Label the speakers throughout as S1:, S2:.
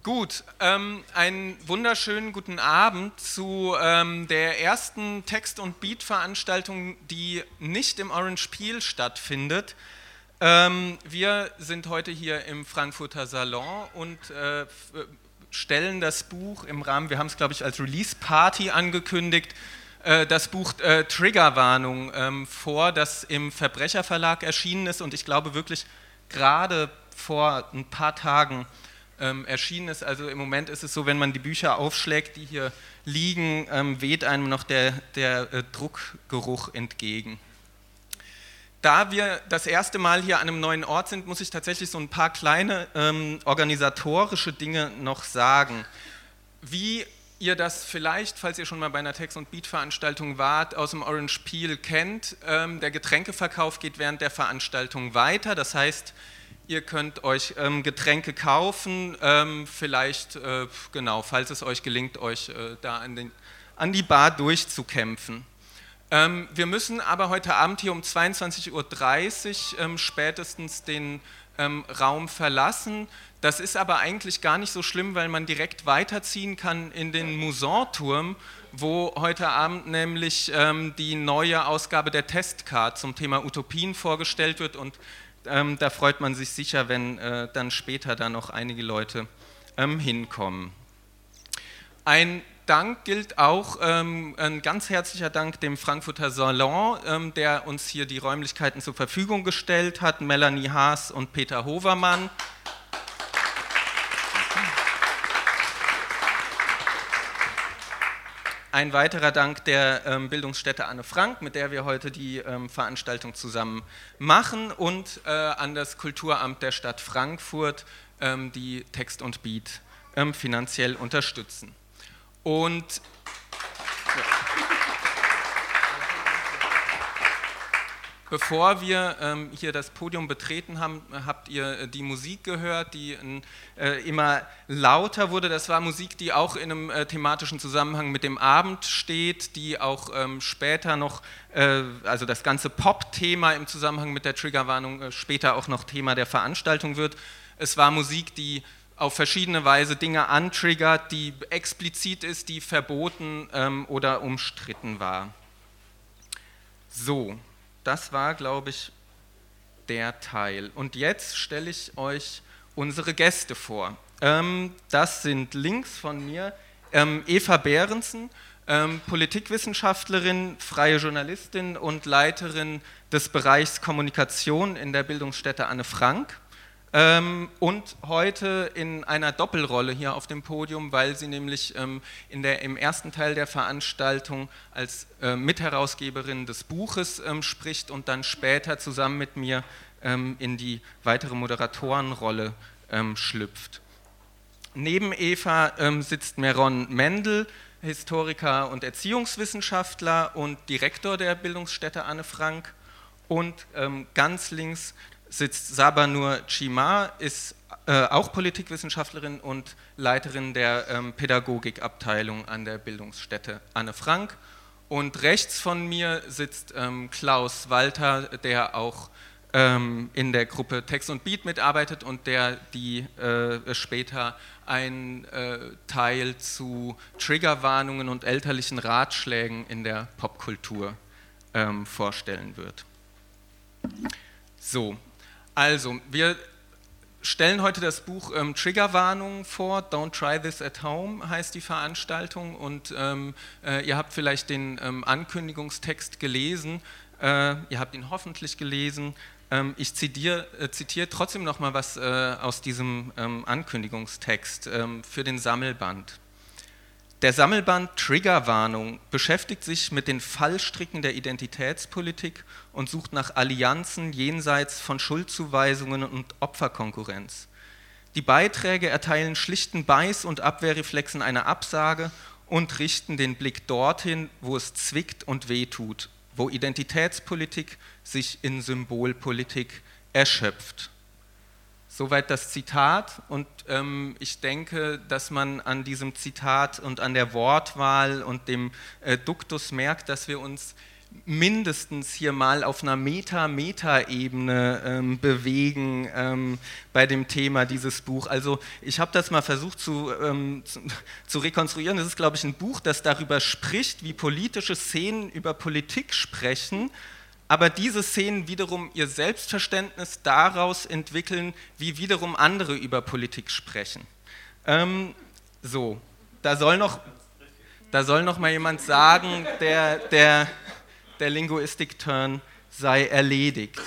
S1: Gut, einen wunderschönen guten Abend zu der ersten Text- und Beat-Veranstaltung, die nicht im Orange Peel stattfindet. Wir sind heute hier im Frankfurter Salon und stellen das Buch im Rahmen, wir haben es glaube ich als Release-Party angekündigt, das Buch Triggerwarnung vor, das im Verbrecherverlag erschienen ist und ich glaube wirklich gerade vor ein paar Tagen erschienen ist. Also im Moment ist es so, wenn man die Bücher aufschlägt, die hier liegen, weht einem noch der Druckgeruch entgegen. Da wir das erste Mal hier an einem neuen Ort sind, muss ich tatsächlich so ein paar kleine organisatorische Dinge noch sagen. Wie ihr das vielleicht, falls ihr schon mal bei einer Text- und Beat-Veranstaltung wart, aus dem Orange Peel kennt, der Getränkeverkauf geht während der Veranstaltung weiter. Das heißt, ihr könnt euch Getränke kaufen, vielleicht, genau, falls es euch gelingt, euch da an die Bar durchzukämpfen. Wir müssen aber heute Abend hier um 22:30 Uhr spätestens den Raum verlassen. Das ist aber eigentlich gar nicht so schlimm, weil man direkt weiterziehen kann in den Musanturm, wo heute Abend nämlich die neue Ausgabe der Testcard zum Thema Utopien vorgestellt wird und da freut man sich sicher, wenn dann später da noch einige Leute hinkommen. Ein Dank gilt auch, ein ganz herzlicher Dank dem Frankfurter Salon, der uns hier die Räumlichkeiten zur Verfügung gestellt hat, Melanie Haas und Peter Hovermann. Ein weiterer Dank der Bildungsstätte Anne Frank, mit der wir heute die Veranstaltung zusammen machen, und an das Kulturamt der Stadt Frankfurt, die Text und Beat finanziell unterstützen. Und bevor wir hier das Podium betreten haben, habt ihr die Musik gehört, die immer lauter wurde. Das war Musik, die auch in einem thematischen Zusammenhang mit dem Abend steht, die auch später noch, also das ganze Pop-Thema im Zusammenhang mit der Triggerwarnung später auch noch Thema der Veranstaltung wird. Es war Musik, die auf verschiedene Weise Dinge antriggert, die explizit ist, die verboten oder umstritten war. So. Das war, glaube ich, der Teil. Und jetzt stelle ich euch unsere Gäste vor. Das sind links von mir Eva Behrensen, Politikwissenschaftlerin, freie Journalistin und Leiterin des Bereichs Kommunikation in der Bildungsstätte Anne Frank. Und heute in einer Doppelrolle hier auf dem Podium, weil sie nämlich im ersten Teil der Veranstaltung als Mitherausgeberin des Buches spricht und dann später zusammen mit mir in die weitere Moderatorenrolle schlüpft. Neben Eva sitzt Meron Mendel, Historiker und Erziehungswissenschaftler und Direktor der Bildungsstätte Anne Frank, und ganz links sitzt Sabanur Chima, ist auch Politikwissenschaftlerin und Leiterin der Pädagogikabteilung an der Bildungsstätte Anne Frank. Und rechts von mir sitzt Klaus Walter, der auch in der Gruppe Text und Beat mitarbeitet und der später einen Teil zu Triggerwarnungen und elterlichen Ratschlägen in der Popkultur vorstellen wird. So. Also, wir stellen heute das Buch Triggerwarnungen vor. Don't try this at home heißt die Veranstaltung, und ihr habt vielleicht den Ankündigungstext gelesen, ihr habt ihn hoffentlich gelesen. Ich zitiere trotzdem noch mal was aus diesem Ankündigungstext für den Sammelband. Der Sammelband Triggerwarnung beschäftigt sich mit den Fallstricken der Identitätspolitik und sucht nach Allianzen jenseits von Schuldzuweisungen und Opferkonkurrenz. Die Beiträge erteilen schlichten Beiß- und Abwehrreflexen eine Absage und richten den Blick dorthin, wo es zwickt und wehtut, wo Identitätspolitik sich in Symbolpolitik erschöpft. Soweit das Zitat, und ich denke, dass man an diesem Zitat und an der Wortwahl und dem Duktus merkt, dass wir uns mindestens hier mal auf einer Meta-Ebene bewegen bei dem Thema dieses Buch. Also ich habe das mal versucht zu rekonstruieren. Das ist, glaube ich, ein Buch, das darüber spricht, wie politische Szenen über Politik sprechen, aber diese Szenen wiederum ihr Selbstverständnis daraus entwickeln, wie wiederum andere über Politik sprechen. So, da soll noch mal jemand sagen, der Linguistik-Turn sei erledigt.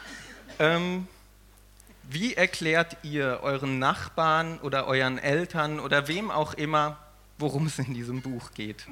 S1: Wie erklärt ihr euren Nachbarn oder euren Eltern oder wem auch immer, worum es in diesem Buch geht?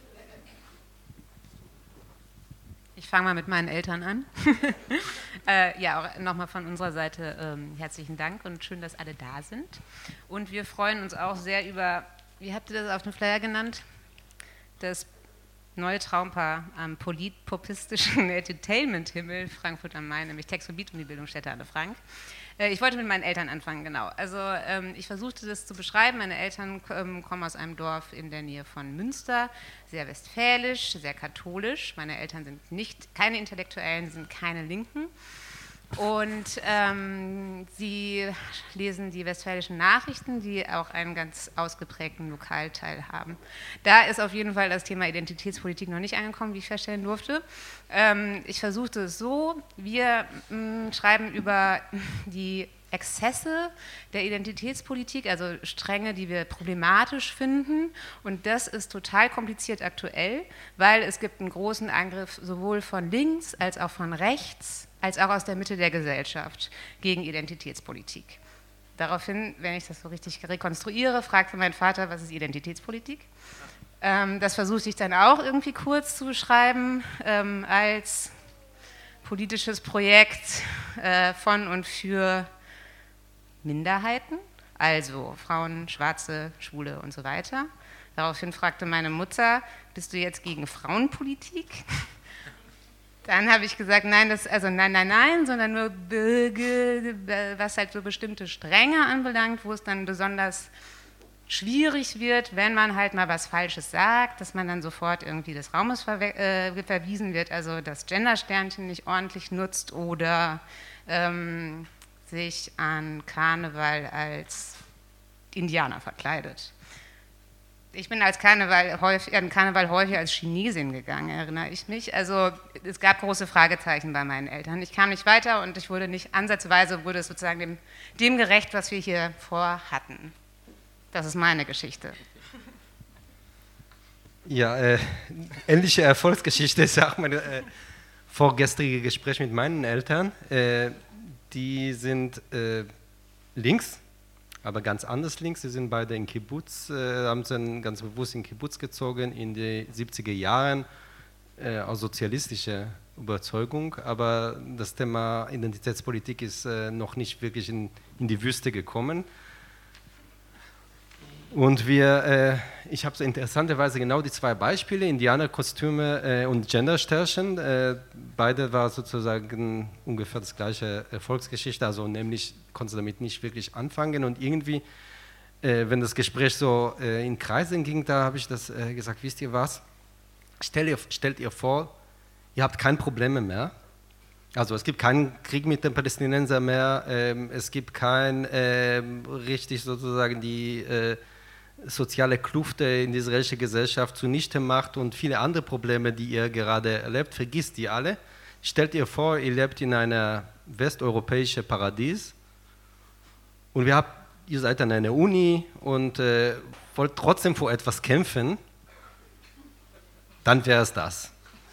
S2: Ich fange mal mit meinen Eltern an. Ja, auch nochmal von unserer Seite herzlichen Dank und schön, dass alle da sind. Und wir freuen uns auch sehr über, wie habt ihr das auf dem Flyer genannt? Das neue Traumpaar am politpopistischen Entertainment-Himmel Frankfurt am Main, nämlich Text und Beat und die Bildungsstätte Anne Frank. Ich wollte mit meinen Eltern anfangen, genau. Also ich versuchte das zu beschreiben. Meine Eltern kommen aus einem Dorf in der Nähe von Münster, sehr westfälisch, sehr katholisch. Meine Eltern sind keine Intellektuellen, sind keine Linken. Und sie lesen die westfälischen Nachrichten, die auch einen ganz ausgeprägten Lokalteil haben. Da ist auf jeden Fall das Thema Identitätspolitik noch nicht angekommen, wie ich feststellen durfte. Ich versuchte es so, wir schreiben über die Exzesse der Identitätspolitik, also Stränge, die wir problematisch finden. Und das ist total kompliziert aktuell, weil es gibt einen großen Angriff sowohl von links als auch von rechts, als auch aus der Mitte der Gesellschaft gegen Identitätspolitik. Daraufhin, wenn ich das so richtig rekonstruiere, fragte mein Vater, was ist Identitätspolitik? Das versuchte ich dann auch irgendwie kurz zu beschreiben als politisches Projekt von und für Minderheiten, also Frauen, Schwarze, Schwule und so weiter. Daraufhin fragte meine Mutter, bist du jetzt gegen Frauenpolitik? Dann habe ich gesagt, nein, sondern nur was halt so bestimmte Stränge anbelangt, wo es dann besonders schwierig wird, wenn man halt mal was Falsches sagt, dass man dann sofort irgendwie des Raumes verwiesen wird, also das Gendersternchen nicht ordentlich nutzt oder sich an Karneval als Indianer verkleidet. Ich bin an Karneval häufig als Chinesin gegangen, erinnere ich mich. Also es gab große Fragezeichen bei meinen Eltern. Ich kam nicht weiter und ich wurde nicht ansatzweise, wurde es sozusagen dem gerecht, was wir hier vorhatten. Das ist meine Geschichte.
S3: Ja, ähnliche Erfolgsgeschichte ist auch mein vorgestrige Gespräch mit meinen Eltern. Die sind links, aber ganz anders links. Sie sind beide in Kibbutz, haben sie ganz bewusst in Kibbutz gezogen in den 70er Jahren aus sozialistischer Überzeugung. Aber das Thema Identitätspolitik ist noch nicht wirklich in die Wüste gekommen. Und ich habe so interessanterweise genau die zwei Beispiele, Indianerkostüme und Gendersternchen. Beide war sozusagen ungefähr das gleiche Erfolgsgeschichte, also nämlich konnte sie damit nicht wirklich anfangen. Und irgendwie, wenn das Gespräch so in Kreisen ging, da habe ich das gesagt, wisst ihr was, stellt ihr vor, ihr habt keine Probleme mehr. Also es gibt keinen Krieg mit den Palästinensern mehr, es gibt richtig sozusagen die soziale Kluft in die israelische Gesellschaft zunichte macht und viele andere Probleme, die ihr gerade erlebt, vergisst die alle. Stellt ihr vor, ihr lebt in einem westeuropäischen Paradies und ihr seid an einer Uni und wollt trotzdem vor etwas kämpfen, dann wäre es das.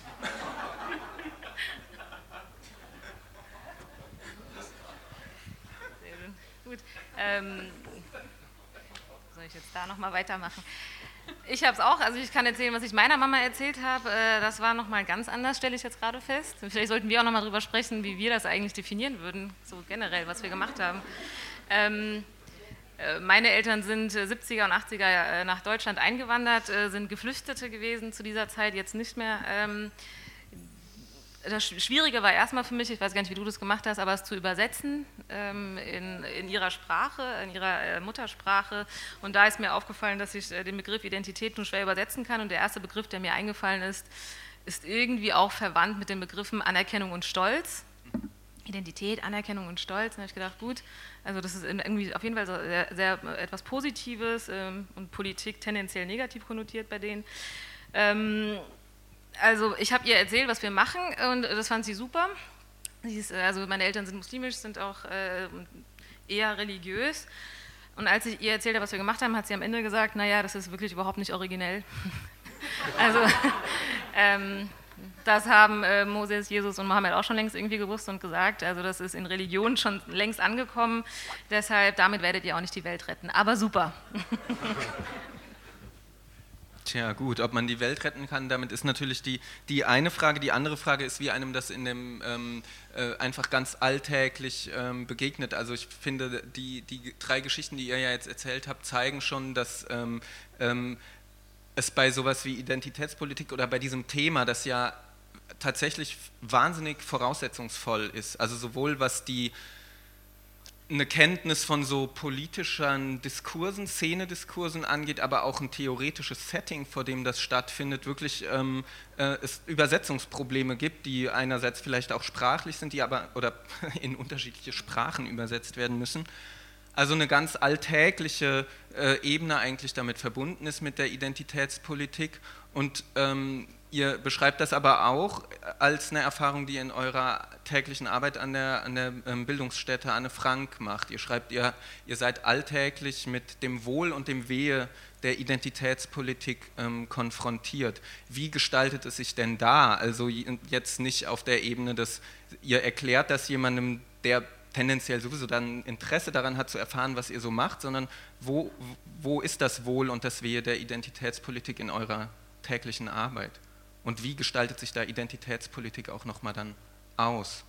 S4: Gut. Soll ich jetzt da nochmal weitermachen? Ich habe es auch, also ich kann erzählen, was ich meiner Mama erzählt habe. Das war nochmal ganz anders, stelle ich jetzt gerade fest. Vielleicht sollten wir auch nochmal drüber sprechen, wie wir das eigentlich definieren würden, so generell, was wir gemacht haben. Meine Eltern sind 70er und 80er nach Deutschland eingewandert, sind Geflüchtete gewesen zu dieser Zeit, jetzt nicht mehr. Das Schwierige war erstmal für mich, ich weiß gar nicht, wie du das gemacht hast, aber es zu übersetzen in ihrer Sprache, in ihrer Muttersprache. Und da ist mir aufgefallen, dass ich den Begriff Identität nur schwer übersetzen kann. Und der erste Begriff, der mir eingefallen ist, ist irgendwie auch verwandt mit den Begriffen Anerkennung und Stolz. Identität, Anerkennung und Stolz. Da habe ich gedacht, gut, also das ist irgendwie auf jeden Fall so sehr etwas Positives und Politik tendenziell negativ konnotiert bei denen. Also ich habe ihr erzählt, was wir machen und das fand sie super. Also meine Eltern sind muslimisch, sind auch eher religiös. Und als ich ihr erzählt habe, was wir gemacht haben, hat sie am Ende gesagt, naja, das ist wirklich überhaupt nicht originell. Also das haben Moses, Jesus und Mohammed auch schon längst irgendwie gewusst und gesagt. Also das ist in Religion schon längst angekommen. Deshalb, damit werdet ihr auch nicht die Welt retten. Aber super.
S1: Tja, gut, ob man die Welt retten kann, damit ist natürlich die eine Frage. Die andere Frage ist, wie einem das in dem einfach ganz alltäglich begegnet. Also ich finde, die 3 Geschichten, die ihr ja jetzt erzählt habt, zeigen schon, dass es bei sowas wie Identitätspolitik oder bei diesem Thema, das ja tatsächlich wahnsinnig voraussetzungsvoll ist, also sowohl was eine Kenntnis von so politischen Diskursen, Szenediskursen angeht, aber auch ein theoretisches Setting, vor dem das stattfindet, wirklich es Übersetzungsprobleme gibt, die einerseits vielleicht auch sprachlich sind, die aber oder in unterschiedliche Sprachen übersetzt werden müssen. Also eine ganz alltägliche Ebene eigentlich damit verbunden ist mit der Identitätspolitik und ihr beschreibt das aber auch als eine Erfahrung, die ihr in eurer täglichen Arbeit an der Bildungsstätte Anne Frank macht. Ihr schreibt, ihr seid alltäglich mit dem Wohl und dem Wehe der Identitätspolitik konfrontiert. Wie gestaltet es sich denn da? Also jetzt nicht auf der Ebene, dass ihr erklärt das jemandem, der tendenziell sowieso dann Interesse daran hat zu erfahren, was ihr so macht, sondern wo ist das Wohl und das Wehe der Identitätspolitik in eurer täglichen Arbeit? Und wie gestaltet sich da Identitätspolitik auch nochmal dann aus?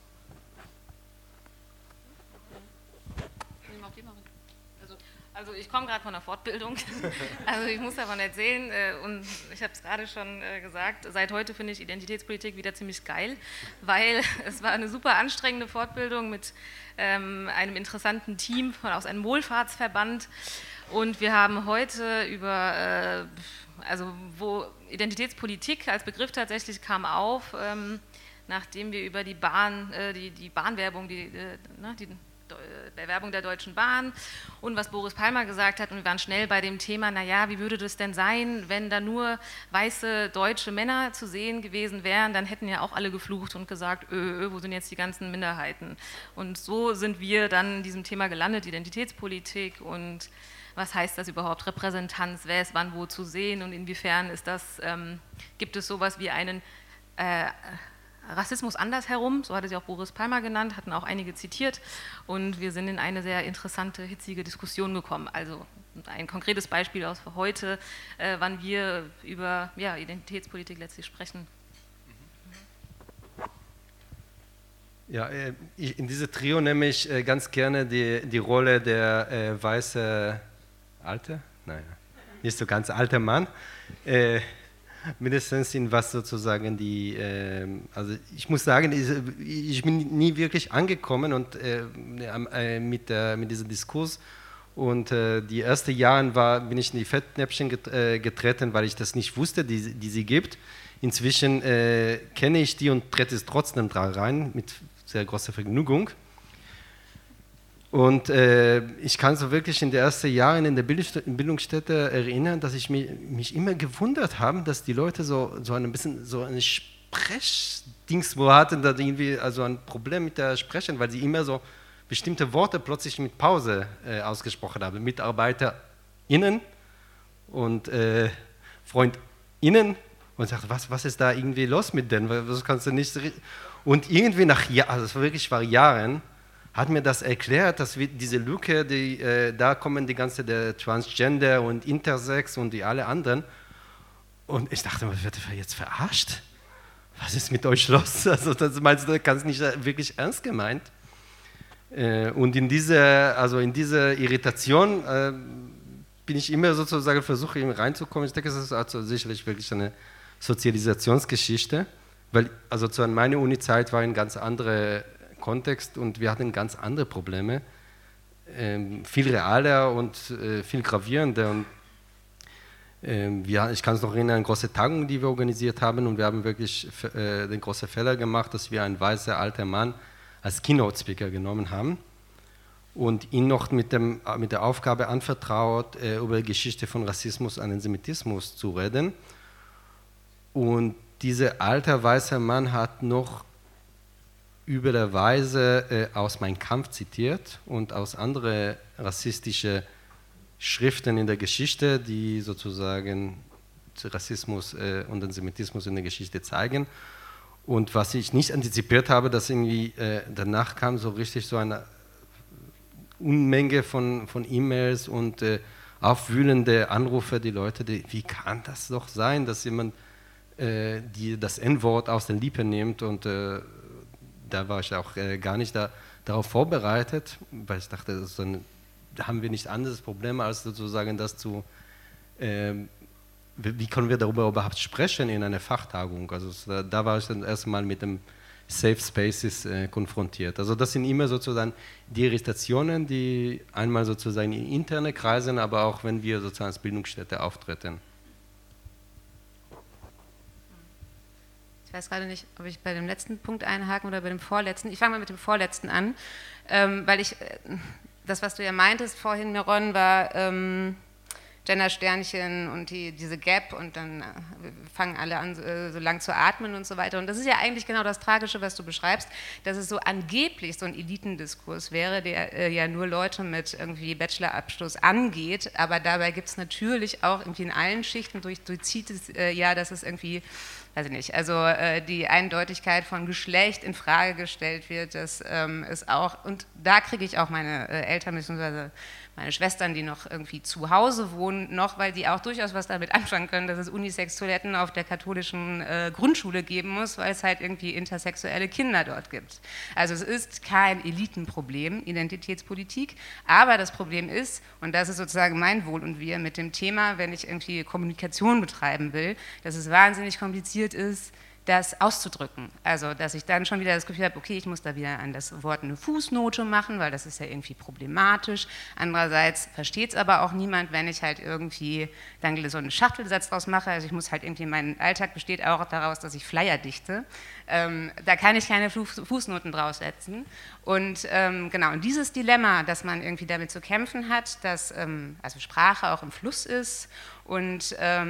S4: Also ich komme gerade von einer Fortbildung, also ich muss davon erzählen und ich habe es gerade schon gesagt, seit heute finde ich Identitätspolitik wieder ziemlich geil, weil es war eine super anstrengende Fortbildung mit einem interessanten Team aus einem Wohlfahrtsverband und wir haben heute über, also wo Identitätspolitik als Begriff tatsächlich kam auf, nachdem wir über die Bahnwerbung, die Bewerbung der Deutschen Bahn und was Boris Palmer gesagt hat und wir waren schnell bei dem Thema, naja, wie würde das denn sein, wenn da nur weiße deutsche Männer zu sehen gewesen wären, dann hätten ja auch alle geflucht und gesagt, wo sind jetzt die ganzen Minderheiten? Und so sind wir dann in diesem Thema gelandet, Identitätspolitik und was heißt das überhaupt, Repräsentanz, wer ist wann wo zu sehen und inwiefern ist das, gibt es sowas wie einen Rassismus andersherum, so hatte sie auch Boris Palmer genannt, hatten auch einige zitiert und wir sind in eine sehr interessante, hitzige Diskussion gekommen. Also ein konkretes Beispiel aus heute, wann wir über Identitätspolitik letztlich sprechen.
S3: Ja, in diesem Trio nehme ich ganz gerne die Rolle der weiße alte, nein, nicht so ganz alter Mann, mindestens in was sozusagen also ich muss sagen, ich bin nie wirklich angekommen und mit diesem Diskurs und die ersten Jahre bin ich in die Fettnäpfchen getreten, weil ich das nicht wusste, die sie gibt. Inzwischen kenne ich die und trete es trotzdem rein mit sehr großer Vergnügung. Und ich kann so wirklich in den ersten Jahren in der Bildungsstätte erinnern, dass ich mich immer gewundert habe, dass die Leute so ein bisschen so eine Sprechdings wo hatten, da irgendwie also ein Problem mit der Sprechen, weil sie immer so bestimmte Worte plötzlich mit Pause ausgesprochen haben. MitarbeiterInnen und FreundInnen und ich dachte, was ist da irgendwie los mit denen? Was kannst du nicht? Und irgendwie also es war Jahren, hat mir das erklärt, dass wir diese Lücke, da kommen die ganze der Transgender und Intersex und die alle anderen. Und ich dachte, was wird jetzt verarscht? Was ist mit euch los? Also das meinst du, das ist nicht wirklich ernst gemeint. Und in diese Irritation bin ich immer sozusagen versuche reinzukommen. Ich denke, es ist also sicherlich wirklich eine Sozialisationsgeschichte, weil also zu meiner Uni-Zeit war ein ganz anderer Kontext und wir hatten ganz andere Probleme, viel realer und viel gravierender. Und ich kann es noch erinnern, eine große Tagung, die wir organisiert haben, und wir haben wirklich den großen Fehler gemacht, dass wir einen weißen alten Mann als Keynote-Speaker genommen haben und ihn noch mit der Aufgabe anvertraut, über die Geschichte von Rassismus und Antisemitismus zu reden. Und dieser alte weiße Mann hat noch üblerweise aus Mein Kampf zitiert und aus anderen rassistischen Schriften in der Geschichte, die sozusagen Rassismus und Antisemitismus in der Geschichte zeigen. Und was ich nicht antizipiert habe, dass irgendwie danach kam so richtig so eine Unmenge von E-Mails und aufwühlende Anrufe, die Leute, wie kann das doch sein, dass jemand die das N-Wort aus den Lippen nimmt, und da war ich auch gar nicht darauf vorbereitet, weil ich dachte, da haben wir nicht anderes Problem, als sozusagen das wie können wir darüber überhaupt sprechen in einer Fachtagung? Also da war ich dann erstmal mit dem Safe Spaces konfrontiert. Also das sind immer sozusagen die Irritationen, die einmal sozusagen in interne Kreisen, aber auch wenn wir sozusagen als Bildungsstätte auftreten.
S2: Ich weiß gerade nicht, ob ich bei dem letzten Punkt einhaken oder bei dem vorletzten. Ich fange mal mit dem vorletzten an, weil das, was du ja meintest vorhin, Miron, war Gender-Sternchen und diese Gap, und dann fangen alle an, so lang zu atmen und so weiter. Und das ist ja eigentlich genau das Tragische, was du beschreibst, dass es so angeblich so ein Elitendiskurs wäre, der ja nur Leute mit irgendwie Bachelorabschluss angeht, aber dabei gibt es natürlich auch irgendwie in allen Schichten, durchzieht es ja, dass es irgendwie, weiß ich nicht, also die Eindeutigkeit von Geschlecht in Frage gestellt wird, das ist auch, und da kriege ich auch meine Eltern bzw. meine Schwestern, die noch irgendwie zu Hause wohnen, noch, weil die auch durchaus was damit anfangen können, dass es Unisex-Toiletten auf der katholischen Grundschule geben muss, weil es halt irgendwie intersexuelle Kinder dort gibt. Also es ist kein Elitenproblem, Identitätspolitik, aber das Problem ist, und das ist sozusagen mein Wohl und Wir mit dem Thema, wenn ich irgendwie Kommunikation betreiben will, dass es wahnsinnig kompliziert ist, das auszudrücken. Also, dass ich dann schon wieder das Gefühl habe, okay, ich muss da wieder an das Wort eine Fußnote machen, weil das ist ja irgendwie problematisch. Andererseits versteht es aber auch niemand, wenn ich halt irgendwie dann so einen Schachtelsatz draus mache. Also ich muss halt irgendwie, mein Alltag besteht auch daraus, dass ich Flyer dichte. Da kann ich keine Fußnoten draus setzen. Und genau, und dieses Dilemma, dass man irgendwie damit zu kämpfen hat, dass also Sprache auch im Fluss ist und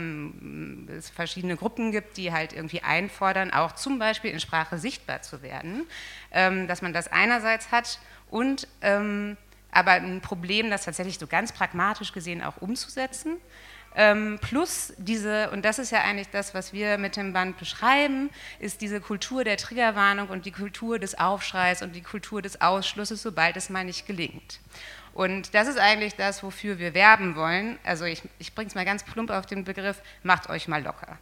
S2: es verschiedene Gruppen gibt, die halt irgendwie einfordern, auch zum Beispiel in Sprache sichtbar zu werden, dass man das einerseits hat und aber ein Problem, das tatsächlich so ganz pragmatisch gesehen auch umzusetzen. Plus diese, und das ist ja eigentlich das, was wir mit dem Band beschreiben, ist diese Kultur der Triggerwarnung und die Kultur des Aufschreis und die Kultur des Ausschlusses, sobald es mal nicht gelingt. Und das ist eigentlich das, wofür wir werben wollen. Also ich bringe es mal ganz plump auf den Begriff, macht euch mal locker.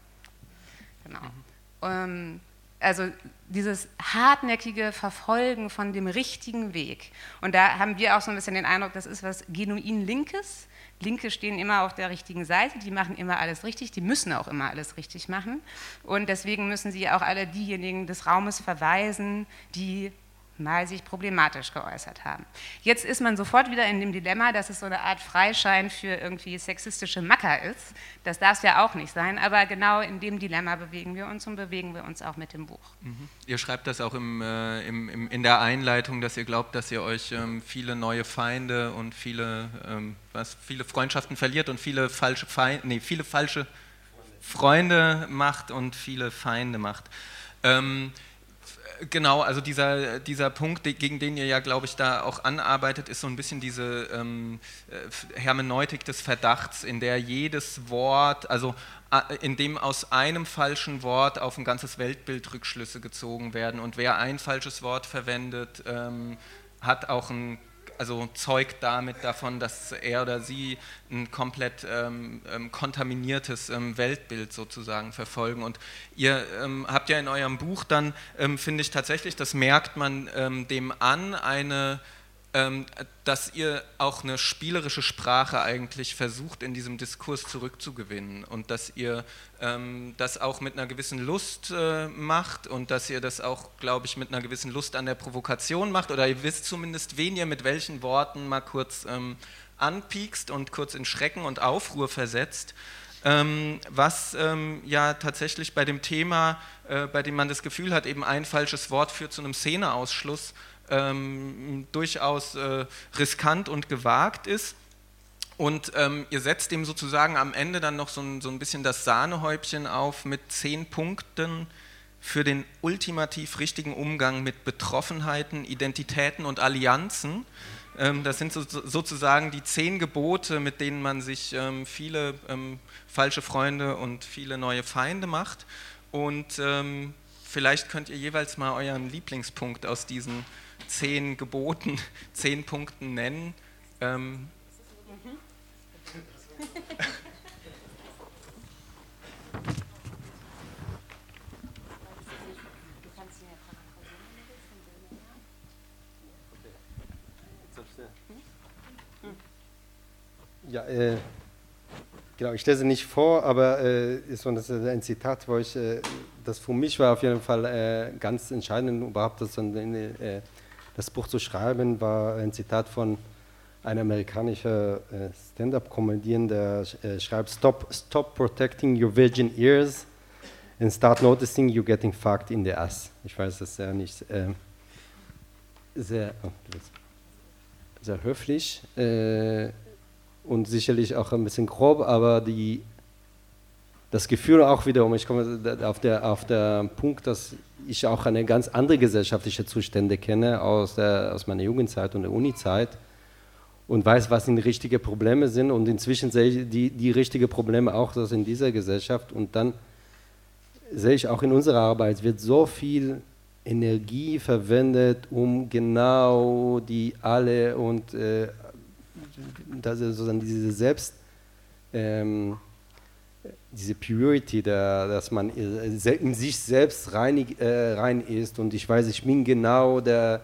S2: Genau. Also dieses hartnäckige Verfolgen von dem richtigen Weg. Und da haben wir auch so ein bisschen den Eindruck, das ist was genuin Linkes. Linke stehen immer auf der richtigen Seite, die machen immer alles richtig, die müssen auch immer alles richtig machen. Und deswegen müssen sie auch alle diejenigen des Raumes verweisen, die mal sich problematisch geäußert haben. Jetzt ist man sofort wieder in dem Dilemma, dass es so eine Art Freischein für irgendwie sexistische Macker ist. Das darf es ja auch nicht sein, aber genau in dem Dilemma bewegen wir uns und bewegen wir uns auch mit dem Buch.
S1: Mhm. Ihr schreibt das auch in der Einleitung, dass ihr glaubt, dass ihr euch viele neue Feinde und viele Freundschaften verliert und viele falsche Freunde macht und viele Feinde macht. Genau, also dieser Punkt, gegen den ihr ja, glaube ich, da auch anarbeitet, ist so ein bisschen diese Hermeneutik des Verdachts, in der jedes Wort, also in dem aus einem falschen Wort auf ein ganzes Weltbild Rückschlüsse gezogen werden, und wer ein falsches Wort verwendet, hat auch zeugt damit davon, dass er oder sie ein komplett kontaminiertes Weltbild sozusagen verfolgen. Und ihr habt ja in eurem Buch dann, finde ich tatsächlich, das merkt man dem an, dass ihr auch eine spielerische Sprache eigentlich versucht, in diesem Diskurs zurückzugewinnen, und dass ihr das auch mit einer gewissen Lust macht und dass ihr das auch, glaube ich, mit einer gewissen Lust an der Provokation macht, oder ihr wisst zumindest, wen ihr mit welchen Worten mal kurz anpiekst und kurz in Schrecken und Aufruhr versetzt. was ja tatsächlich bei dem Thema, bei dem man das Gefühl hat, eben ein falsches Wort führt zu einem Szeneausschluss, durchaus riskant und gewagt ist. Und ihr setzt dem sozusagen am Ende dann noch so ein bisschen das Sahnehäubchen auf mit 10 Punkten für den ultimativ richtigen Umgang mit Betroffenheiten, Identitäten und Allianzen. Das sind sozusagen die 10 Gebote, mit denen man sich viele falsche Freunde und viele neue Feinde macht. Und vielleicht könnt ihr jeweils mal euren Lieblingspunkt aus diesen 10 Geboten, 10 Punkten nennen.
S3: Ja, genau, ich lese nicht vor, aber das ist ein Zitat, wo ich, das für mich war auf jeden Fall ganz entscheidend, überhaupt das Buch zu schreiben, war ein Zitat von einem amerikanischen Stand-up-Comedian, der schreibt, Stop protecting your virgin ears and start noticing you're getting fucked in the ass. Ich weiß, das ist ja nicht sehr höflich und sicherlich auch ein bisschen grob, aber das Gefühl auch wiederum, ich komme auf der Punkt, dass ich auch eine ganz andere gesellschaftliche Zustände kenne aus meiner Jugendzeit und der Unizeit und weiß, was die richtigen Probleme sind, und inzwischen sehe ich die richtigen Probleme auch das in dieser Gesellschaft, und dann sehe ich auch in unserer Arbeit, wird so viel Energie verwendet, um genau die alle und das ist sozusagen diese Purity, dass man in sich selbst rein ist, und ich weiß, ich bin genau der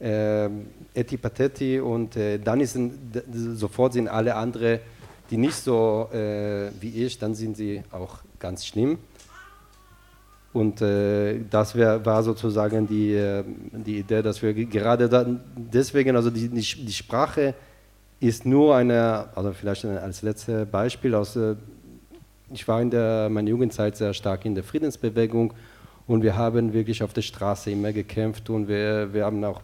S3: Etipateti, und dann sofort sind alle anderen, die nicht so wie ich, dann sind sie auch ganz schlimm. Und das war sozusagen die Idee, dass wir gerade deswegen, also die Sprache ist nur also vielleicht als letztes Beispiel, ich war in meiner Jugendzeit sehr stark in der Friedensbewegung, und wir haben wirklich auf der Straße immer gekämpft, und wir haben auch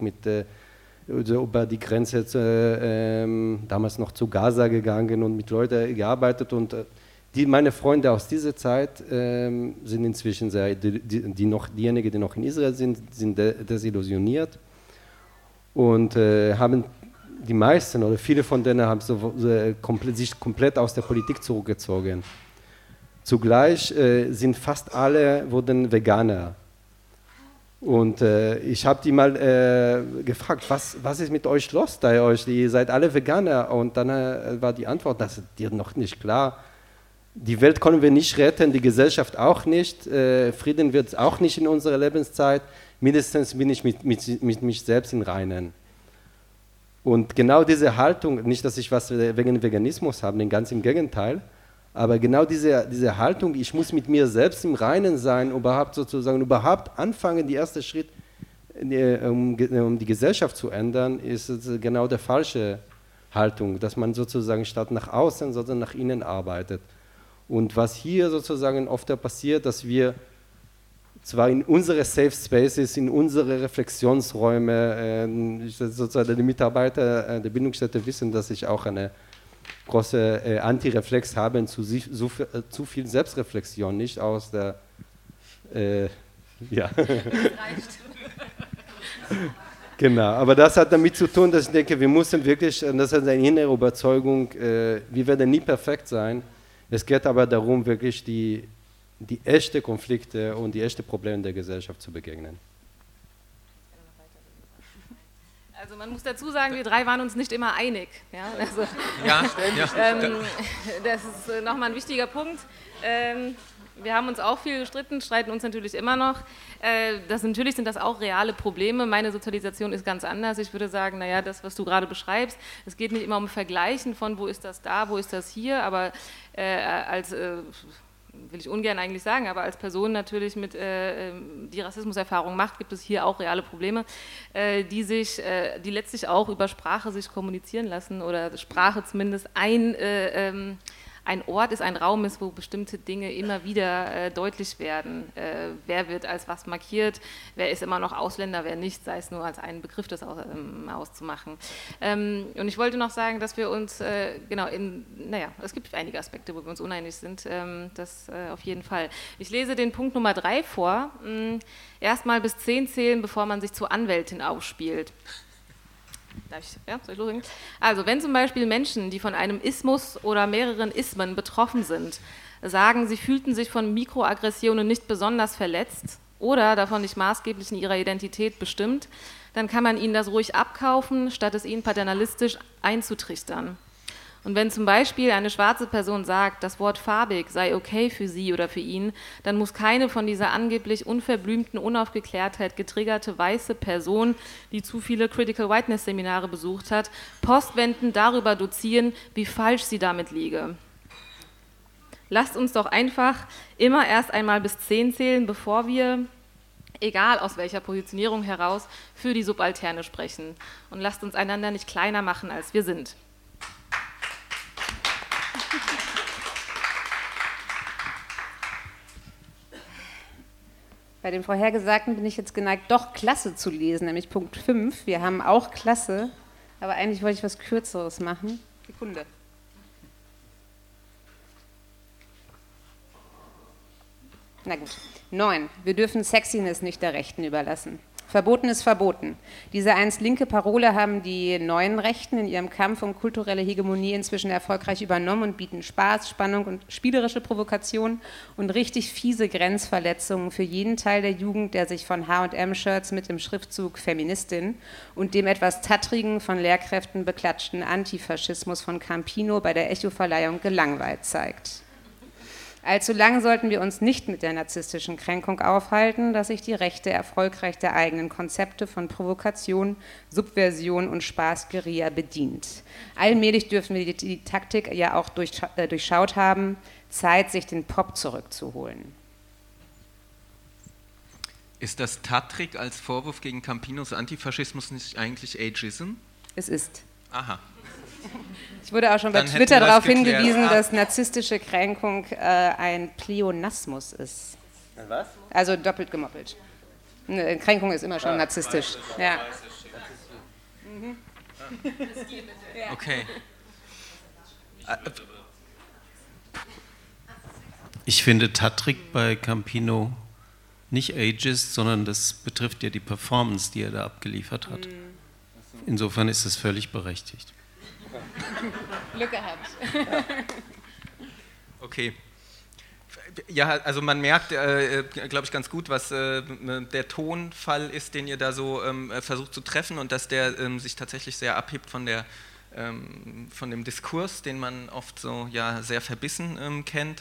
S3: über die Grenze damals noch zu Gaza gegangen und mit Leuten gearbeitet, und meine Freunde aus dieser Zeit sind inzwischen diejenigen, die noch in Israel sind desillusioniert und haben die meisten oder viele von denen haben sich komplett aus der Politik zurückgezogen. Zugleich sind fast alle wurden Veganer. Und ich habe die mal gefragt, was ist mit euch los, ihr seid alle Veganer? Und dann war die Antwort, das ist dir noch nicht klar. Die Welt können wir nicht retten, die Gesellschaft auch nicht, Frieden wird es auch nicht in unserer Lebenszeit, mindestens bin ich mit mich selbst im Reinen. Und genau diese Haltung, nicht, dass ich was wegen Veganismus habe, ganz im Gegenteil, aber genau diese Haltung, ich muss mit mir selbst im Reinen sein, überhaupt anfangen, der erste Schritt, um die Gesellschaft zu ändern, ist genau der falsche Haltung, dass man sozusagen statt nach außen, sondern nach innen arbeitet. Und was hier sozusagen oft passiert, dass wir zwar in unsere Safe Spaces, in unsere Reflexionsräume, sozusagen die Mitarbeiter der Bildungsstätte wissen, dass ich auch eine große Antireflex habe zu viel Selbstreflexion, nicht aus der, ja. Genau, aber das hat damit zu tun, dass ich denke, wir müssen wirklich, das ist eine innere Überzeugung, wir werden nie perfekt sein. Es geht aber darum, wirklich die echten Konflikte und die echten Probleme der Gesellschaft zu begegnen.
S4: Also man muss dazu sagen, wir drei waren uns nicht immer einig. Ja, also, das ist nochmal ein wichtiger Punkt. Wir haben uns auch viel gestritten, streiten uns natürlich immer noch. Natürlich sind das auch reale Probleme. Meine Sozialisation ist ganz anders. Ich würde sagen, naja, das, was du gerade beschreibst, es geht nicht immer um Vergleichen von, wo ist das da, wo ist das hier, aber will ich ungern eigentlich sagen, aber als Person natürlich die Rassismuserfahrung macht, gibt es hier auch reale Probleme, die letztlich auch über Sprache sich kommunizieren lassen oder Sprache zumindest ein Ort ist, ein Raum ist, wo bestimmte Dinge immer wieder deutlich werden. Wer wird als was markiert, wer ist immer noch Ausländer, wer nicht, sei es nur als einen Begriff das auszumachen. Und ich wollte noch sagen, dass wir uns, es gibt einige Aspekte, wo wir uns uneinig sind, das auf jeden Fall. Ich lese den Punkt Nummer 3 vor. Erstmal bis 10 zählen, bevor man sich zur Anwältin aufspielt. Soll ich loslegen? Also, wenn zum Beispiel Menschen, die von einem Ismus oder mehreren Ismen betroffen sind, sagen, sie fühlten sich von Mikroaggressionen nicht besonders verletzt oder davon nicht maßgeblich in ihrer Identität bestimmt, dann kann man ihnen das ruhig abkaufen, statt es ihnen paternalistisch einzutrichtern. Und wenn zum Beispiel eine schwarze Person sagt, das Wort farbig sei okay für sie oder für ihn, dann muss keine von dieser angeblich unverblümten Unaufgeklärtheit getriggerte weiße Person, die zu viele Critical Whiteness Seminare besucht hat, postwendend darüber dozieren, wie falsch sie damit liege. Lasst uns doch einfach immer erst einmal bis 10 zählen, bevor wir, egal aus welcher Positionierung heraus, für die Subalterne sprechen. Und lasst uns einander nicht kleiner machen, als wir sind.
S2: Bei dem Vorhergesagten bin ich jetzt geneigt, doch Klasse zu lesen, nämlich Punkt 5. Wir haben auch Klasse, aber eigentlich wollte ich was Kürzeres machen. Sekunde. Na gut. 9. Wir dürfen Sexiness nicht der Rechten überlassen. Verboten ist verboten. Diese einst linke Parole haben die neuen Rechten in ihrem Kampf um kulturelle Hegemonie inzwischen erfolgreich übernommen und bieten Spaß, Spannung und spielerische Provokation und richtig fiese Grenzverletzungen für jeden Teil der Jugend, der sich von H&M-Shirts mit dem Schriftzug Feministin und dem etwas tattrigen, von Lehrkräften beklatschten Antifaschismus von Campino bei der Echo-Verleihung gelangweilt zeigt. Allzu lang sollten wir uns nicht mit der narzisstischen Kränkung aufhalten, dass sich die Rechte erfolgreich der eigenen Konzepte von Provokation, Subversion und Spaßguerilla bedient. Allmählich dürfen wir die Taktik ja auch durchschaut haben, Zeit, sich den Pop zurückzuholen.
S1: Ist das Tattrig als Vorwurf gegen Campinos Antifaschismus nicht eigentlich Ageism?
S2: Es ist.
S1: Aha.
S2: Ich wurde auch schon bei
S1: Dann
S2: Twitter
S1: hätten wir das
S2: darauf
S1: geklärt.
S2: hingewiesen, dass narzisstische Kränkung ein Pleonasmus ist.
S3: Was?
S2: Also doppelt gemoppelt. Eine Kränkung ist immer schon narzisstisch. Ja.
S1: Okay.
S5: Ich finde Tattrig bei Campino nicht ageist, sondern das betrifft ja die Performance, die er da abgeliefert hat. Insofern ist es völlig berechtigt.
S2: Glück gehabt.
S1: Okay. Ja, also man merkt, glaube ich, ganz gut, was der Tonfall ist, den ihr da so versucht zu treffen und dass der sich tatsächlich sehr abhebt von dem Diskurs, den man oft so sehr verbissen kennt.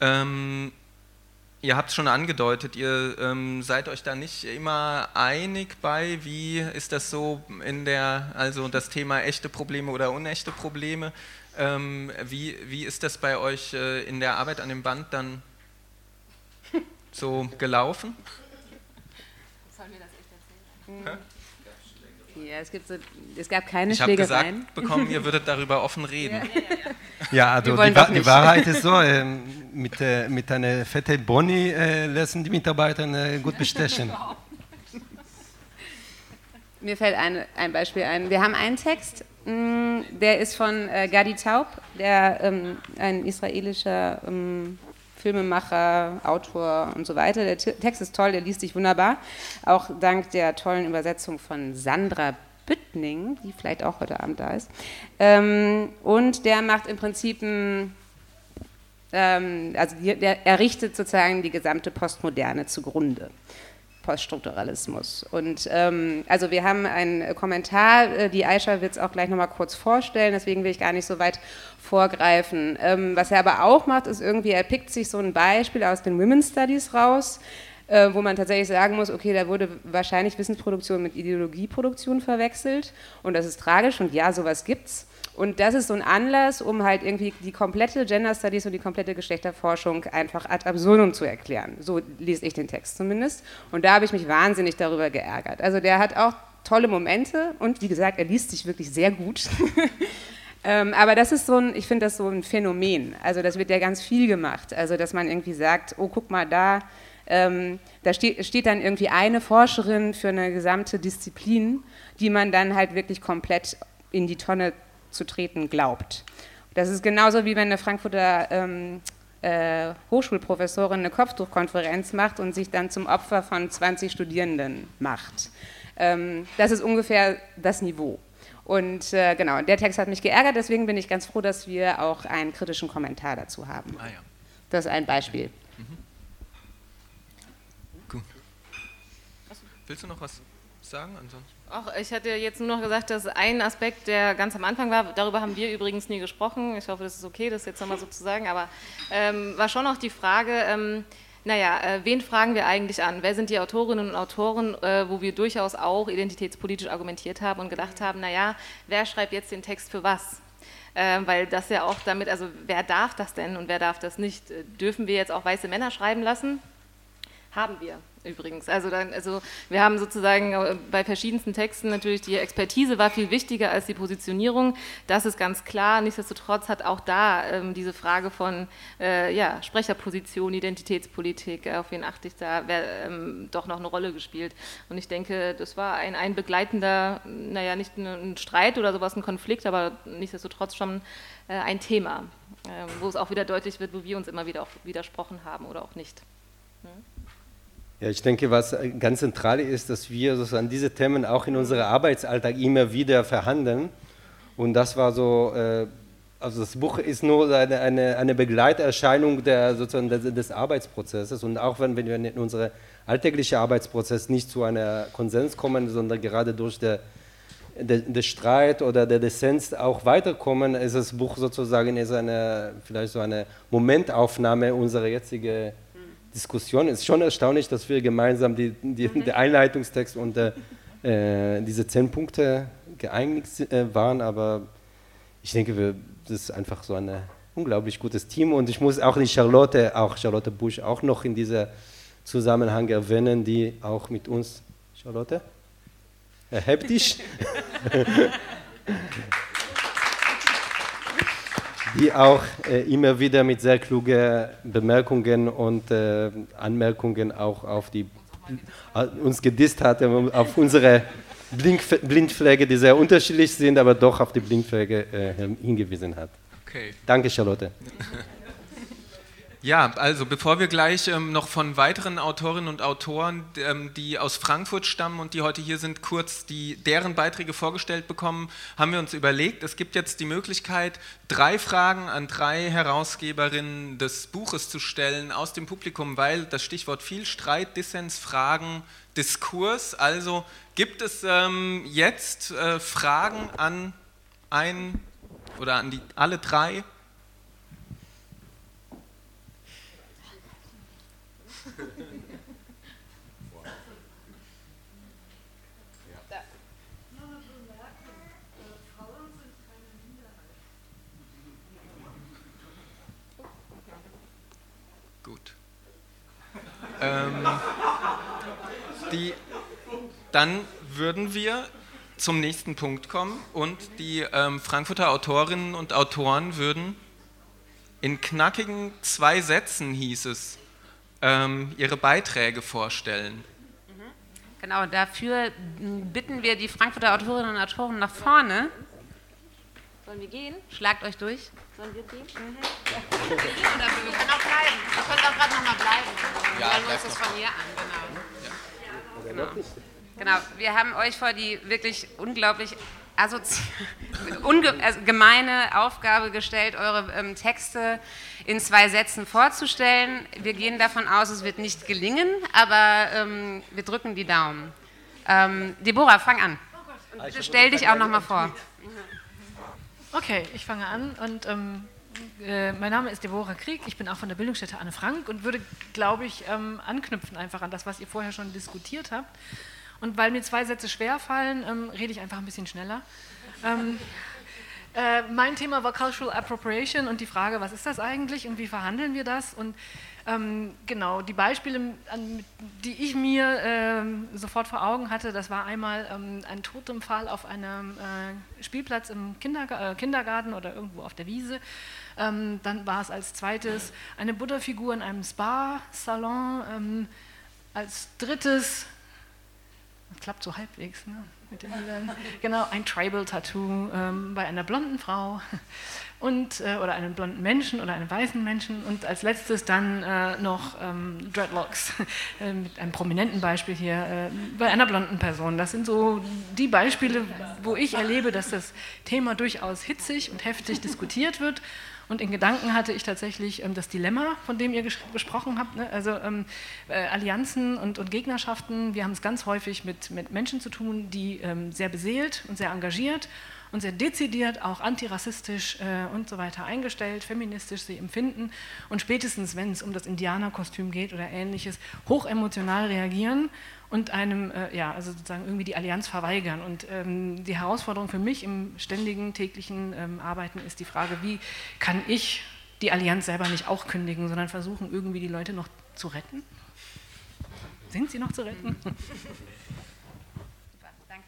S1: Ihr habt es schon angedeutet, ihr seid euch da nicht immer einig bei, wie ist das so also das Thema echte Probleme oder unechte Probleme, wie ist das bei euch in der Arbeit an dem Band dann so gelaufen?
S4: Sollen wir das echt erzählen?
S2: Ja, es gab keine
S1: Ich habe
S2: Schlägereien.
S1: gesagt bekommen, ihr würdet darüber offen reden.
S3: Ja, also die Wahrheit ist so, mit einer fetten Boni lassen die Mitarbeiter gut bestechen.
S2: Mir fällt ein Beispiel ein. Wir haben einen Text, der ist von Gadi Taub, ein israelischer Filmemacher, Autor und so weiter. Der Text ist toll, der liest sich wunderbar, auch dank der tollen Übersetzung von Sandra Büttning, die vielleicht auch heute Abend da ist. Und der macht im Prinzip er richtet sozusagen die gesamte Postmoderne zugrunde. Poststrukturalismus. Und also wir haben einen Kommentar, die Aisha wird es auch gleich nochmal kurz vorstellen, deswegen will ich gar nicht so weit vorgreifen. Was er aber auch macht, ist irgendwie, er pickt sich so ein Beispiel aus den Women's Studies raus, wo man tatsächlich sagen muss, okay, da wurde wahrscheinlich Wissensproduktion mit Ideologieproduktion verwechselt und das ist tragisch und ja, sowas gibt's. Und das ist so ein Anlass, um halt irgendwie die komplette Gender Studies und die komplette Geschlechterforschung einfach ad absurdum zu erklären. So lese ich den Text zumindest. Und da habe ich mich wahnsinnig darüber geärgert. Also der hat auch tolle Momente und wie gesagt, er liest sich wirklich sehr gut. Aber das ist ich finde das so ein Phänomen. Also das wird ja ganz viel gemacht. Also dass man irgendwie sagt, oh, guck mal da, da steht dann irgendwie eine Forscherin für eine gesamte Disziplin, die man dann halt wirklich komplett in die Tonne zu treten glaubt. Das ist genauso wie wenn eine Frankfurter Hochschulprofessorin eine Kopftuchkonferenz macht und sich dann zum Opfer von 20 Studierenden macht. Das ist ungefähr das Niveau. Und genau, der Text hat mich geärgert, deswegen bin ich ganz froh, dass wir auch einen kritischen Kommentar dazu haben.
S1: Ah, ja.
S2: Das ist ein Beispiel.
S1: Gut. Willst du noch was sagen ansonsten?
S4: Auch ich hatte jetzt nur noch gesagt, dass ein Aspekt, der ganz am Anfang war, darüber haben wir übrigens nie gesprochen, ich hoffe, das ist okay, das jetzt nochmal so zu sagen, aber war schon noch die Frage, wen fragen wir eigentlich an? Wer sind die Autorinnen und Autoren, wo wir durchaus auch identitätspolitisch argumentiert haben und gedacht haben, wer schreibt jetzt den Text für was? Weil das ja auch damit, also wer darf das denn und wer darf das nicht? Dürfen wir jetzt auch weiße Männer schreiben lassen? Haben wir übrigens. Also wir haben sozusagen bei verschiedensten Texten natürlich die Expertise war viel wichtiger als die Positionierung. Das ist ganz klar. Nichtsdestotrotz hat auch da diese Frage von Sprecherposition, Identitätspolitik, auf wen achte ich da, doch noch eine Rolle gespielt. Und ich denke, das war ein begleitender, nicht ein Streit oder sowas, ein Konflikt, aber nichtsdestotrotz schon ein Thema, wo es auch wieder deutlich wird, wo wir uns immer wieder auch widersprochen haben oder auch nicht.
S3: Ja, ich denke, was ganz zentral ist, dass wir sozusagen diese Themen auch in unserem Arbeitsalltag immer wieder verhandeln. Und das war so, also das Buch ist nur eine Begleiterscheinung des Arbeitsprozesses. Und auch wenn wir in unserem alltäglichen Arbeitsprozess nicht zu einem Konsens kommen, sondern gerade durch den Streit oder der Dissens auch weiterkommen, ist das Buch sozusagen vielleicht so eine Momentaufnahme unserer jetzigen Diskussion. Es ist schon erstaunlich, dass wir gemeinsam den Einleitungstext und diese 10 Punkte geeinigt waren, aber ich denke, das ist einfach so ein unglaublich gutes Team und ich muss auch die Charlotte Busch auch noch in diesem Zusammenhang erwähnen, die auch mit uns, Charlotte, erheb dich, die auch immer wieder mit sehr klugen Bemerkungen und Anmerkungen auch auf uns gedisst hat, auf unsere Blindflecke, die sehr unterschiedlich sind, aber doch auf die Blindflecke hingewiesen hat.
S1: Okay.
S3: Danke, Charlotte.
S1: Ja, also bevor wir gleich noch von weiteren Autorinnen und Autoren, die aus Frankfurt stammen und die heute hier sind, kurz deren Beiträge vorgestellt bekommen, haben wir uns überlegt, es gibt jetzt die Möglichkeit, 3 Fragen an 3 Herausgeberinnen des Buches zu stellen aus dem Publikum, weil das Stichwort viel Streit, Dissens, Fragen, Diskurs, also gibt es jetzt Fragen an einen oder an alle 3? Gut. Dann würden wir zum nächsten Punkt kommen und die Frankfurter Autorinnen und Autoren würden in knackigen 2 Sätzen, hieß es, ihre Beiträge vorstellen.
S2: Genau, dafür bitten wir die Frankfurter Autorinnen und Autoren nach vorne.
S4: Sollen wir gehen?
S2: Schlagt euch durch.
S4: Sollen wir gehen?
S2: Wir können auch bleiben. Wir können auch gerade noch mal bleiben.
S1: Ja,
S2: dann ist es von hier an, genau. Genau, wir haben euch vor die wirklich unglaublich gemeine Aufgabe gestellt, eure Texte in 2 Sätzen vorzustellen. Wir gehen davon aus, es wird nicht gelingen, aber wir drücken die Daumen. Deborah, fang an. Und bitte stell dich auch noch mal vor.
S6: Okay, ich fange an und mein Name ist Deborah Krieg, ich bin auch von der Bildungsstätte Anne Frank und würde, glaube ich, anknüpfen einfach an das, was ihr vorher schon diskutiert habt. Und weil mir 2 Sätze schwerfallen, rede ich einfach ein bisschen schneller. Mein Thema war Cultural Appropriation und die Frage, was ist das eigentlich und wie verhandeln wir das? Und genau, die Beispiele, die ich mir sofort vor Augen hatte, das war einmal ein Totempfahl auf einem Spielplatz im Kindergarten oder irgendwo auf der Wiese. Dann war es als zweites eine Buddha-Figur in einem Spa-Salon. Als drittes, das klappt so halbwegs, ne? Mit den Bildern. Genau, ein Tribal-Tattoo bei einer blonden Frau und, oder einem blonden Menschen oder einem weißen Menschen und als letztes dann noch Dreadlocks, mit einem prominenten Beispiel hier, bei einer blonden Person. Das sind so die Beispiele, wo ich erlebe, dass das Thema durchaus hitzig und heftig diskutiert wird. Und in Gedanken hatte ich tatsächlich das Dilemma, von dem ihr gesprochen habt, ne? Also Allianzen und Gegnerschaften. Wir haben es ganz häufig mit Menschen zu tun, die sehr beseelt und sehr engagiert und sehr dezidiert, auch antirassistisch und so weiter eingestellt, feministisch sie empfinden und spätestens, wenn es um das Indianerkostüm geht oder Ähnliches, hochemotional reagieren und einem, also sozusagen irgendwie die Allianz verweigern. Und die Herausforderung für mich im ständigen, täglichen Arbeiten ist die Frage, wie kann ich die Allianz selber nicht auch kündigen, sondern versuchen, irgendwie die Leute noch zu retten? Sind sie noch zu retten?
S2: Super, danke.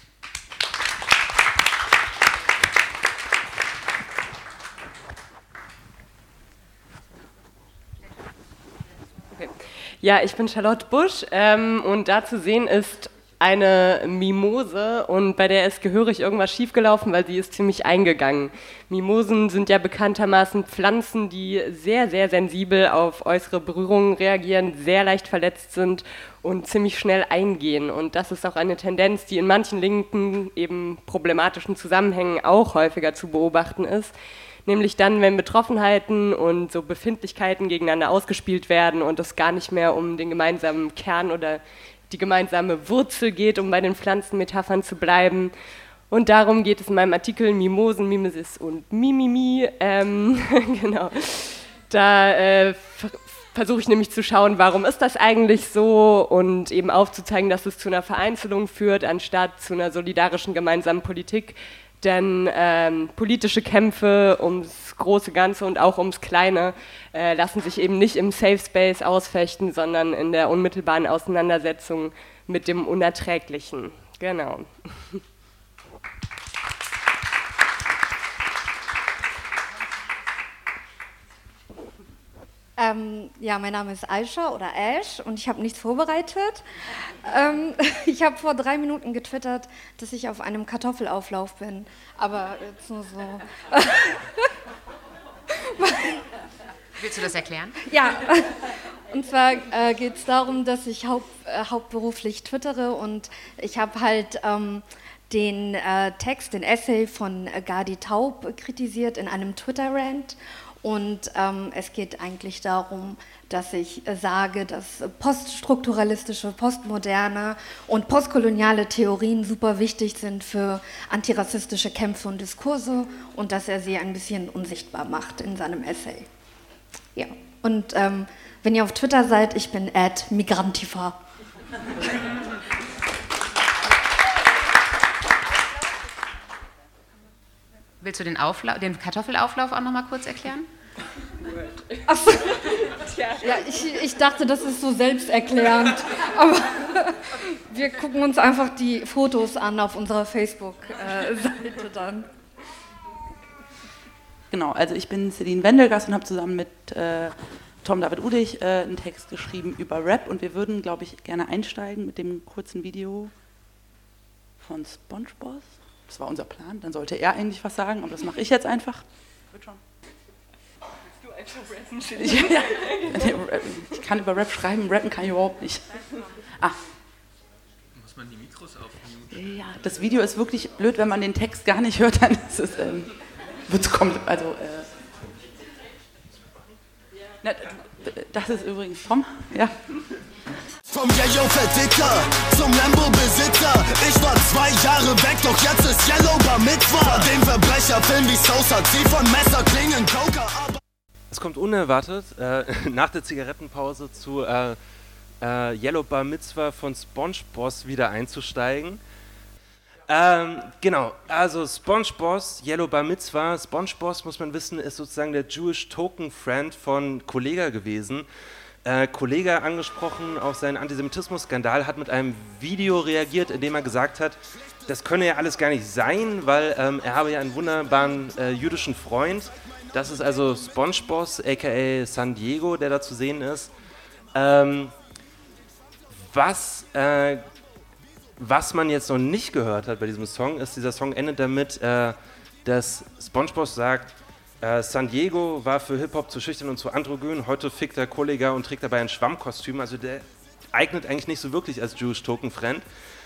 S7: Okay. Ja, ich bin Charlotte Busch und da zu sehen ist eine Mimose und bei der ist gehörig irgendwas schiefgelaufen, weil sie ist ziemlich eingegangen. Mimosen sind ja bekanntermaßen Pflanzen, die sehr, sehr sensibel auf äußere Berührungen reagieren, sehr leicht verletzt sind und ziemlich schnell eingehen. Und das ist auch eine Tendenz, die in manchen linken, eben problematischen Zusammenhängen auch häufiger zu beobachten ist. Nämlich dann, wenn Betroffenheiten und so Befindlichkeiten gegeneinander ausgespielt werden und es gar nicht mehr um den gemeinsamen Kern oder die gemeinsame Wurzel geht, um bei den Pflanzenmetaphern zu bleiben. Und darum geht es in meinem Artikel Mimosen, Mimesis und Mimimi. Genau. Da versuche ich nämlich zu schauen, warum ist das eigentlich so und eben aufzuzeigen, dass es zu einer Vereinzelung führt, anstatt zu einer solidarischen gemeinsamen Politik. Denn politische Kämpfe ums große Ganze und auch ums Kleine lassen sich eben nicht im Safe Space ausfechten, sondern in der unmittelbaren Auseinandersetzung mit dem Unerträglichen. Genau.
S8: Ja, mein Name ist Aisha oder Ash und ich habe nichts vorbereitet. Ich habe vor 3 Minuten getwittert, dass ich auf einem Kartoffelauflauf bin, aber jetzt nur so.
S2: Willst du das erklären?
S8: Ja, und zwar geht es darum, dass ich hauptberuflich twittere und ich habe halt den Text, den Essay von Gadi Taub kritisiert in einem Twitter-Rant. Und es geht eigentlich darum, dass ich sage, dass poststrukturalistische, postmoderne und postkoloniale Theorien super wichtig sind für antirassistische Kämpfe und Diskurse und dass er sie ein bisschen unsichtbar macht in seinem Essay. Ja, und wenn ihr auf Twitter seid, ich bin @Migrantifa.
S2: Willst du den Kartoffelauflauf auch noch mal kurz erklären?
S8: Achso. Ja, ich dachte, das ist so selbsterklärend. Aber wir gucken uns einfach die Fotos an auf unserer Facebook-Seite dann.
S9: Genau, also ich bin Celine Wendelgast und habe zusammen mit Tom David Udig einen Text geschrieben über Rap und wir würden, glaube ich, gerne einsteigen mit dem kurzen Video von SpongeBob. Das war unser Plan, dann sollte er eigentlich was sagen, aber das mache ich jetzt einfach. Wird schon. Willst du einfach rappen? Ja, ich kann über Rap schreiben, rappen kann ich überhaupt nicht.
S1: Muss man die Mikros aufnehmen?
S9: Ja, das Video ist wirklich blöd, wenn man den Text gar nicht hört, dann ist es, wird's kommen, also, das ist übrigens Tom, ja.
S10: Vom Yellow-Verdicker zum Lambo-Besitzer. Ich war 2 Jahre weg, doch jetzt ist Yellow Bar Mitzvah. Den Verbrecherfilm wie Sosa, zieh von Messer, Klingen, Coca.
S11: Es kommt unerwartet nach der Zigarettenpause zu Yellow Bar Mitzvah von SpongeBob wieder einzusteigen. Genau, also SpongeBoss, Yellow Bar Mitzvah. SpongeBoss, muss man wissen, ist sozusagen der Jewish Token Friend von Kollega gewesen. Kollega, angesprochen auf seinen Antisemitismus-Skandal, hat mit einem Video reagiert, in dem er gesagt hat, das könne ja alles gar nicht sein, weil er habe ja einen wunderbaren jüdischen Freund. Das ist also SpongeBoss, aka San Diego, der da zu sehen ist. Was man jetzt noch nicht gehört hat bei diesem Song, ist, dieser Song endet damit, dass SpongeBoss sagt, San Diego war für Hip-Hop zu schüchtern und zu androgyn, heute fickt er Kollega und trägt dabei ein Schwammkostüm, also der eignet eigentlich nicht so wirklich als Jewish Token Friend.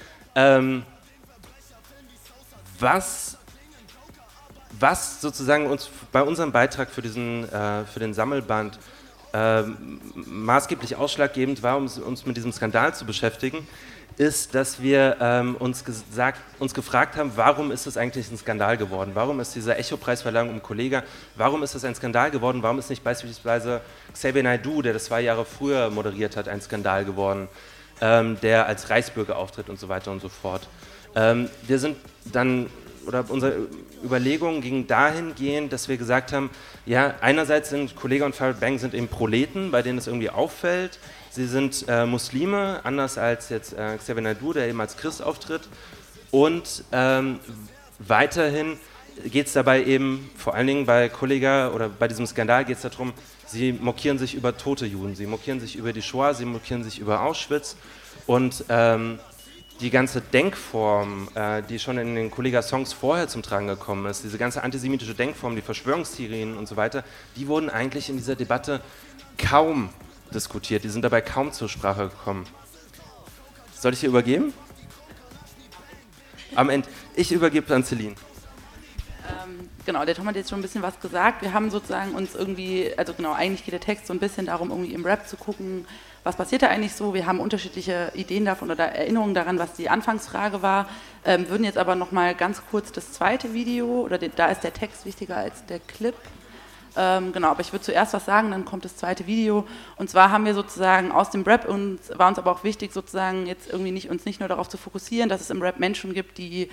S11: Was sozusagen uns bei unserem Beitrag für den Sammelband maßgeblich ausschlaggebend war, um uns mit diesem Skandal zu beschäftigen, ist, dass wir uns gefragt haben, warum ist es eigentlich ein Skandal geworden? Warum ist diese Echo-Preisverleihung um Kollega, warum ist es ein Skandal geworden? Warum ist nicht beispielsweise Xavier Naidoo, der das 2 Jahre früher moderiert hat, ein Skandal geworden, der als Reichsbürger auftritt und so weiter und so fort? Wir sind dann, oder unsere Überlegungen gingen dahingehend, dass wir gesagt haben, ja, einerseits sind Kollega und Farid Bang sind eben Proleten, bei denen es irgendwie auffällt. Sie sind Muslime, anders als jetzt Xavier Naidoo, der eben als Christ auftritt. Und weiterhin geht es dabei eben, vor allen Dingen bei Kollega oder bei diesem Skandal geht es darum, sie mokieren sich über tote Juden, sie mokieren sich über die Shoah, sie mokieren sich über Auschwitz. Und die ganze Denkform, die schon in den Kollega-Songs vorher zum Tragen gekommen ist, diese ganze antisemitische Denkform, die Verschwörungstheorien und so weiter, die wurden eigentlich in dieser Debatte kaum diskutiert, die sind dabei kaum zur Sprache gekommen. Soll ich hier übergeben? Am Ende. Ich übergebe an Celine.
S9: Genau, der Tom hat jetzt schon ein bisschen was gesagt. Wir haben sozusagen uns irgendwie, also genau, eigentlich geht der Text so ein bisschen darum, irgendwie im Rap zu gucken, was passiert da eigentlich so. Wir haben unterschiedliche Ideen davon oder Erinnerungen daran, was die Anfangsfrage war. Würden jetzt aber nochmal ganz kurz das zweite Video, oder da ist der Text wichtiger als der Clip. Genau, aber ich würde zuerst was sagen, dann kommt das zweite Video. Und zwar haben wir sozusagen aus dem Rap, und war uns aber auch wichtig, sozusagen jetzt irgendwie uns nicht nur darauf zu fokussieren, dass es im Rap Menschen gibt, die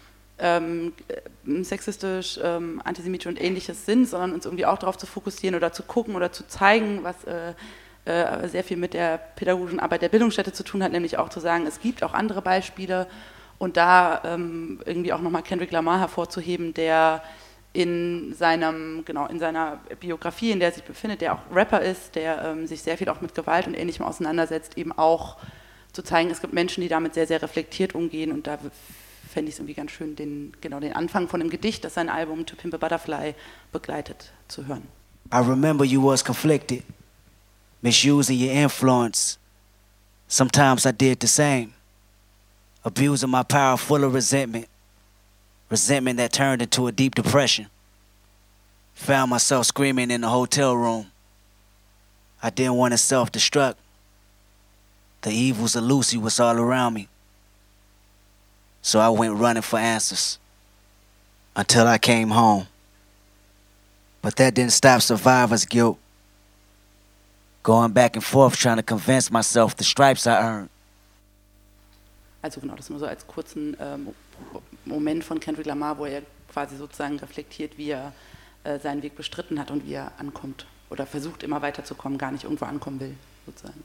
S9: sexistisch, antisemitisch und ähnliches sind, sondern uns irgendwie auch darauf zu fokussieren oder zu gucken oder zu zeigen, was sehr viel mit der pädagogischen Arbeit der Bildungsstätte zu tun hat, nämlich auch zu sagen, es gibt auch andere Beispiele und da irgendwie auch nochmal Kendrick Lamar hervorzuheben, der in seiner Biografie, in der er sich befindet, der auch Rapper ist, der sich sehr viel auch mit Gewalt und Ähnlichem auseinandersetzt, eben auch zu zeigen, es gibt Menschen, die damit sehr, sehr reflektiert umgehen, und da fände ich es irgendwie ganz schön, den Anfang von einem Gedicht, das sein Album To Pimp a Butterfly begleitet, zu hören.
S12: I remember you was conflicted, misusing your influence. Sometimes I did the same, abusing my power full of resentment that turned into a deep depression. Found myself screaming in the hotel room. I didn't want to self-destruct. The evils of Lucy was all around me. So I went running for answers until I came home. But that didn't stop survivor's guilt. Going back and forth trying to convince myself the stripes I earned.
S9: Also genau, das nur so als kurzen Moment von Kendrick Lamar, wo er quasi sozusagen reflektiert, wie er seinen Weg bestritten hat und wie er ankommt oder versucht immer weiterzukommen, gar nicht irgendwo ankommen will, sozusagen.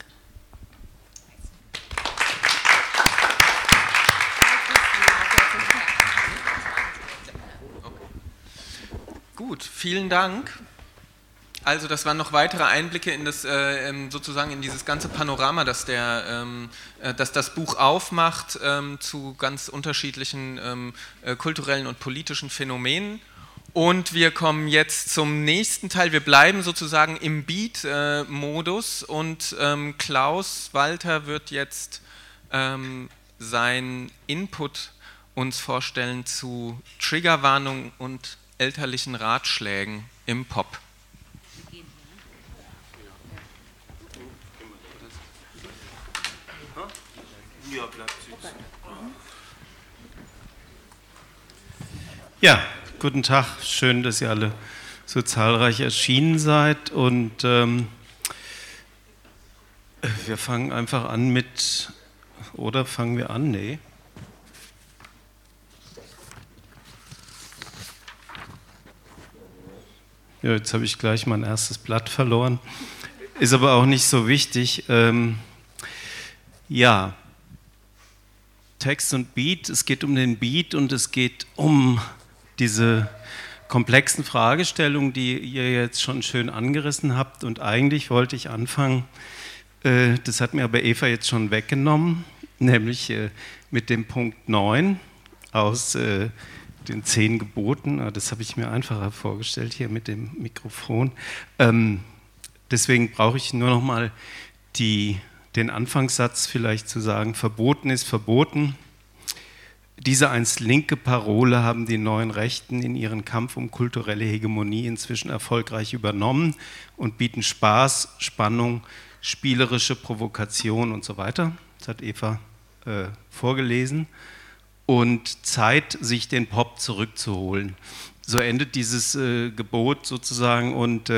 S1: Gut, vielen Dank. Also das waren noch weitere Einblicke in das sozusagen in dieses ganze Panorama, das das Buch aufmacht zu ganz unterschiedlichen kulturellen und politischen Phänomenen. Und wir kommen jetzt zum nächsten Teil. Wir bleiben sozusagen im Beat-Modus und Klaus Walter wird jetzt seinen Input uns vorstellen zu Triggerwarnung und elterlichen Ratschlägen im Pop.
S5: Ja, guten Tag, schön, dass ihr alle so zahlreich erschienen seid und wir fangen einfach an mit, oder fangen wir an? Nee. Ja, jetzt habe ich gleich mein erstes Blatt verloren. Ist aber auch nicht so wichtig. Ja, Text und Beat, es geht um den Beat und es geht um diese komplexen Fragestellungen, die ihr jetzt schon schön angerissen habt. Und eigentlich wollte ich anfangen, das hat mir aber Eva jetzt schon weggenommen, nämlich mit dem Punkt 9 aus den 10 Geboten. Das habe ich mir einfacher vorgestellt hier mit dem Mikrofon. Deswegen brauche ich nur noch mal den Anfangssatz vielleicht zu sagen: Verboten ist verboten. Diese einst linke Parole haben die neuen Rechten in ihren Kampf um kulturelle Hegemonie inzwischen erfolgreich übernommen und bieten Spaß, Spannung, spielerische Provokation und so weiter. Das hat Eva vorgelesen. Und Zeit, sich den Pop zurückzuholen. So endet dieses Gebot sozusagen. Und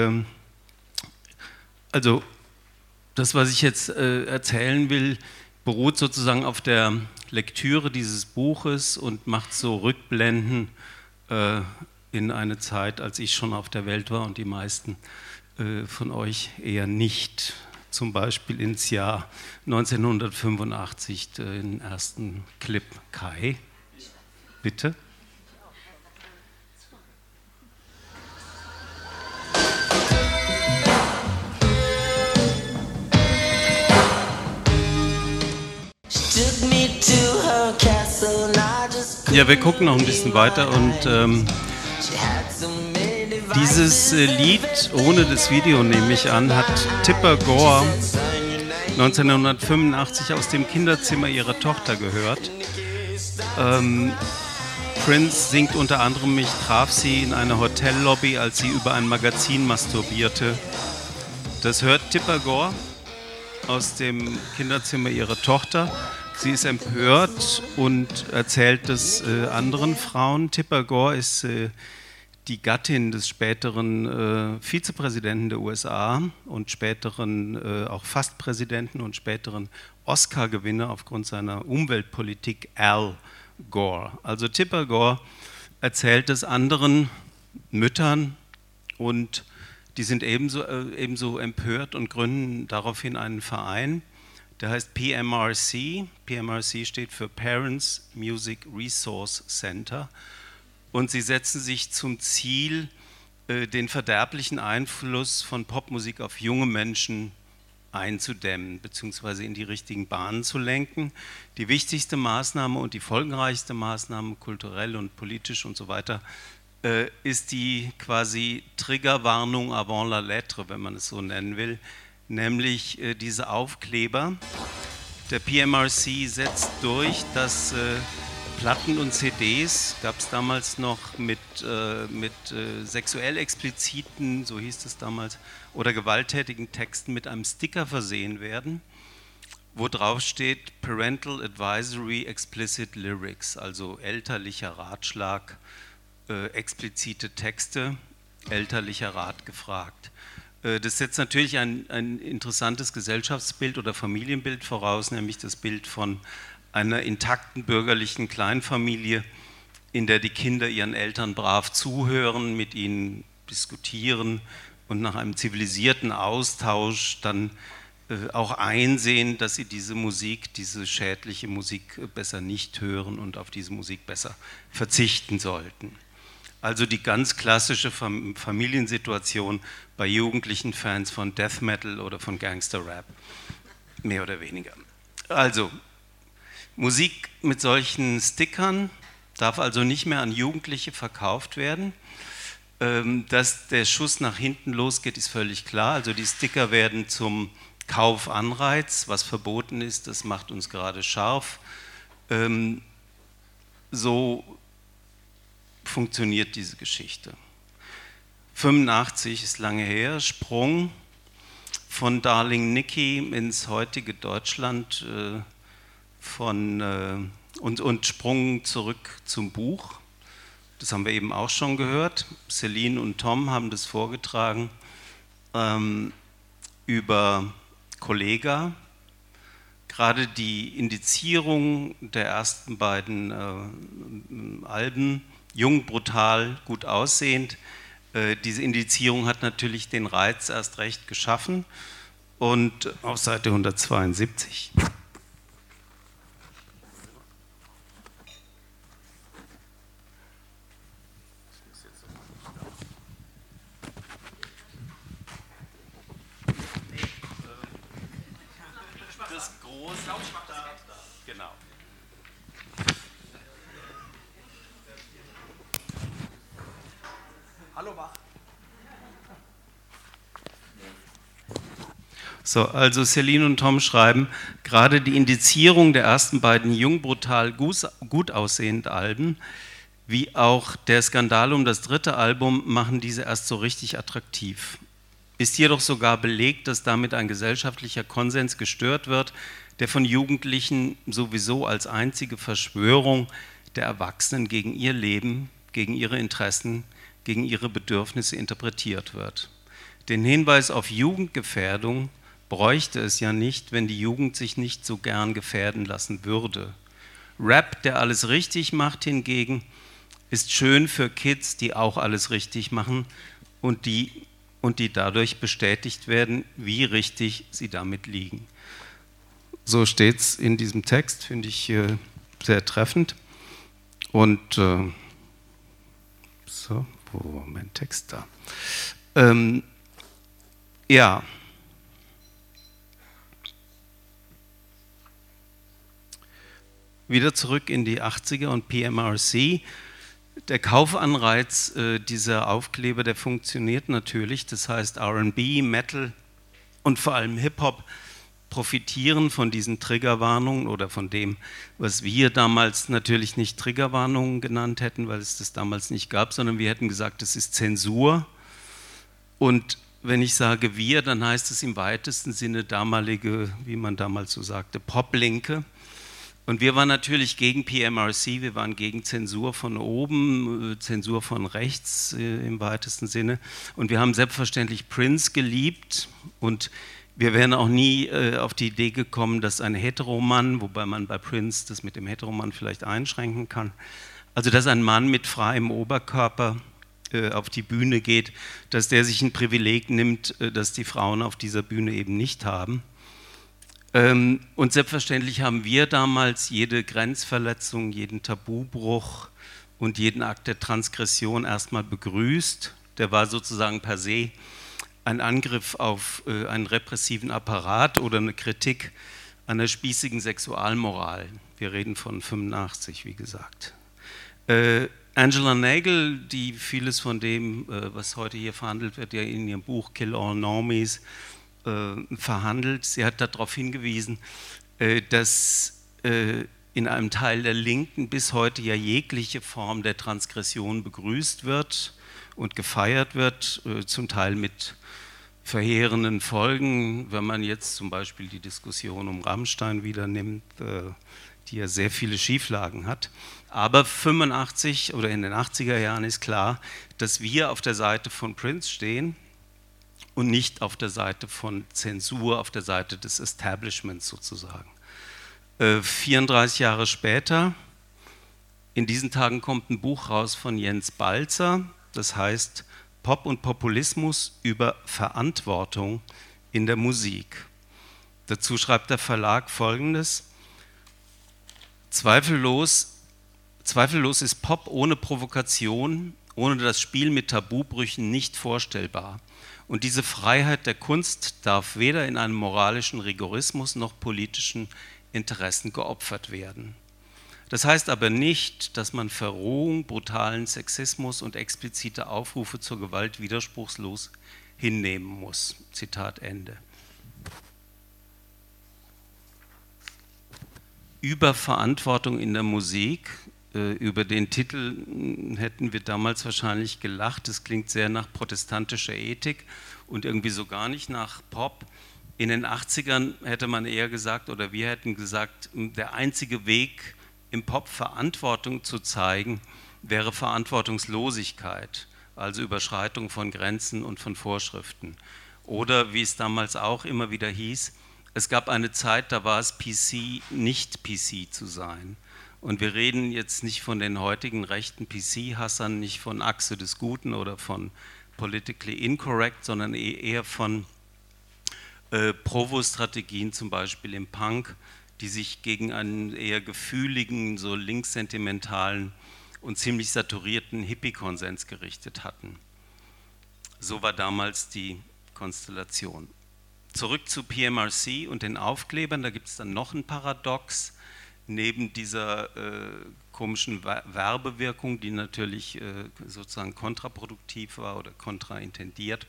S5: also das, was ich jetzt erzählen will, beruht sozusagen auf der Lektüre dieses Buches und macht so Rückblenden in eine Zeit, als ich schon auf der Welt war und die meisten von euch eher nicht. Zum Beispiel ins Jahr 1985, den ersten Clip. Kai, bitte. Ja, wir gucken noch ein bisschen weiter und dieses Lied, ohne das Video nehme ich an, hat Tipper Gore 1985 aus dem Kinderzimmer ihrer Tochter gehört. Prince singt unter anderem: Ich traf sie in einer Hotellobby, als sie über ein Magazin masturbierte. Das hört Tipper Gore aus dem Kinderzimmer ihrer Tochter. Sie ist empört und erzählt es anderen Frauen. Tipper Gore ist die Gattin des späteren Vizepräsidenten der USA und späteren auch fast Präsidenten und späteren Oscar-Gewinner aufgrund seiner Umweltpolitik, Al Gore. Also Tipper Gore erzählt es anderen Müttern und die sind ebenso empört und gründen daraufhin einen Verein, der heißt PMRC. PMRC steht für Parents Music Resource Center. Und sie setzen sich zum Ziel, den verderblichen Einfluss von Popmusik auf junge Menschen einzudämmen bzw. in die richtigen Bahnen zu lenken. Die wichtigste Maßnahme und die folgenreichste Maßnahme, kulturell und politisch und so weiter, ist die quasi Triggerwarnung avant la lettre, wenn man es so nennen will, nämlich diese Aufkleber. Der PMRC setzt durch, dass Platten und CDs, gab es damals noch mit sexuell expliziten, so hieß es damals, oder gewalttätigen Texten mit einem Sticker versehen werden, wo drauf steht Parental Advisory Explicit Lyrics, also elterlicher Ratschlag, explizite Texte, elterlicher Rat gefragt. Das setzt natürlich ein interessantes Gesellschaftsbild oder Familienbild voraus, nämlich das Bild von einer intakten bürgerlichen Kleinfamilie, in der die Kinder ihren Eltern brav zuhören, mit ihnen diskutieren und nach einem zivilisierten Austausch dann auch einsehen, dass sie diese Musik, diese schädliche Musik besser nicht hören und auf diese Musik besser verzichten sollten. Also die ganz klassische Familiensituation bei jugendlichen Fans von Death Metal oder von Gangster Rap, mehr oder weniger. Also Musik mit solchen Stickern darf also nicht mehr an Jugendliche verkauft werden. Dass der Schuss nach hinten losgeht, ist völlig klar. Also die Sticker werden zum Kaufanreiz, was verboten ist, das macht uns gerade scharf. So funktioniert diese Geschichte. 85 ist lange her, Sprung von Darling Nikki ins heutige Deutschland und Sprung zurück zum Buch. Das haben wir eben auch schon gehört. Celine und Tom haben das vorgetragen über Kollega. Gerade die Indizierung der ersten beiden Alben, jung, brutal, gut aussehend, Diese Indizierung hat natürlich den Reiz erst recht geschaffen. Und auf Seite 172. Das große, genau. Hallo Bach. So, also Celine und Tom schreiben, gerade die Indizierung der ersten beiden jung, brutal, gut aussehenden Alben, wie auch der Skandal um das dritte Album, machen diese erst so richtig attraktiv. Ist jedoch sogar belegt, dass damit ein gesellschaftlicher Konsens gestört wird, der von Jugendlichen sowieso als einzige Verschwörung der Erwachsenen gegen ihr Leben, gegen ihre Interessen, gegen ihre Bedürfnisse interpretiert wird. Den Hinweis auf Jugendgefährdung bräuchte es ja nicht, wenn die Jugend sich nicht so gern gefährden lassen würde. Rap, der alles richtig macht hingegen, ist schön für Kids, die auch alles richtig machen und die dadurch bestätigt werden, wie richtig sie damit liegen. So steht es in diesem Text, finde ich sehr treffend. Und so, wo war mein Text da? Ja. Wieder zurück in die 80er und PMRC. Der Kaufanreiz dieser Aufkleber, der funktioniert natürlich. Das heißt, R&B, Metal und vor allem Hip-Hop profitieren von diesen Triggerwarnungen oder von dem, was wir damals natürlich nicht Triggerwarnungen genannt hätten, weil es das damals nicht gab, sondern wir hätten gesagt, das ist Zensur. Und wenn ich sage wir, dann heißt es im weitesten Sinne damalige, wie man damals so sagte, Pop-Linke. Und wir waren natürlich gegen PMRC, wir waren gegen Zensur von oben, Zensur von rechts im weitesten Sinne. Und wir haben selbstverständlich Prince geliebt und wir wären auch nie auf die Idee gekommen, dass ein Heteromann, wobei man bei Prince das mit dem Heteromann vielleicht einschränken kann, also dass ein Mann mit freiem Oberkörper auf die Bühne geht, dass der sich ein Privileg nimmt, das die Frauen auf dieser Bühne eben nicht haben. Und selbstverständlich haben wir damals jede Grenzverletzung, jeden Tabubruch und jeden Akt der Transgression erstmal begrüßt. Der war sozusagen per se ein Angriff auf einen repressiven Apparat oder eine Kritik an der spießigen Sexualmoral. Wir reden von 85, wie gesagt. Angela Nagle, die vieles von dem, was heute hier verhandelt wird, ja in ihrem Buch Kill All Normies verhandelt. Sie hat darauf hingewiesen, dass in einem Teil der Linken bis heute ja jegliche Form der Transgression begrüßt wird und gefeiert wird, zum Teil mit verheerenden Folgen, wenn man jetzt zum Beispiel die Diskussion um Rammstein wieder nimmt, die ja sehr viele Schieflagen hat. Aber 85 oder in den 80er Jahren ist klar, dass wir auf der Seite von Prince stehen und nicht auf der Seite von Zensur, auf der Seite des Establishments sozusagen. 34 Jahre später, in diesen Tagen kommt ein Buch raus von Jens Balzer, das heißt Pop und Populismus über Verantwortung in der Musik. Dazu schreibt der Verlag Folgendes: Zweifellos ist Pop ohne Provokation, ohne das Spiel mit Tabubrüchen nicht vorstellbar. Und diese Freiheit der Kunst darf weder in einem moralischen Rigorismus noch politischen Interessen geopfert werden. Das heißt aber nicht, dass man Verrohung, brutalen Sexismus und explizite Aufrufe zur Gewalt widerspruchslos hinnehmen muss. Zitat Ende. Über Verantwortung in der Musik, über den Titel hätten wir damals wahrscheinlich gelacht. Das klingt sehr nach protestantischer Ethik und irgendwie so gar nicht nach Pop. In den 80ern hätte man eher gesagt, oder wir hätten gesagt, der einzige Weg, im Pop Verantwortung zu zeigen, wäre Verantwortungslosigkeit, also Überschreitung von Grenzen und von Vorschriften. Oder wie es damals auch immer wieder hieß, es gab eine Zeit, da war es PC, nicht PC zu sein. Und wir reden jetzt nicht von den heutigen rechten PC-Hassern, nicht von Achse des Guten oder von politically incorrect, sondern eher von Provo-Strategien, zum Beispiel im Punk, die sich gegen einen eher gefühligen, so linkssentimentalen und ziemlich saturierten Hippie-Konsens gerichtet hatten. So war damals die Konstellation. Zurück zu PMRC und den Aufklebern, da gibt es dann noch ein Paradox. Neben dieser komischen Werbewirkung, die natürlich sozusagen kontraproduktiv war oder kontraintendiert,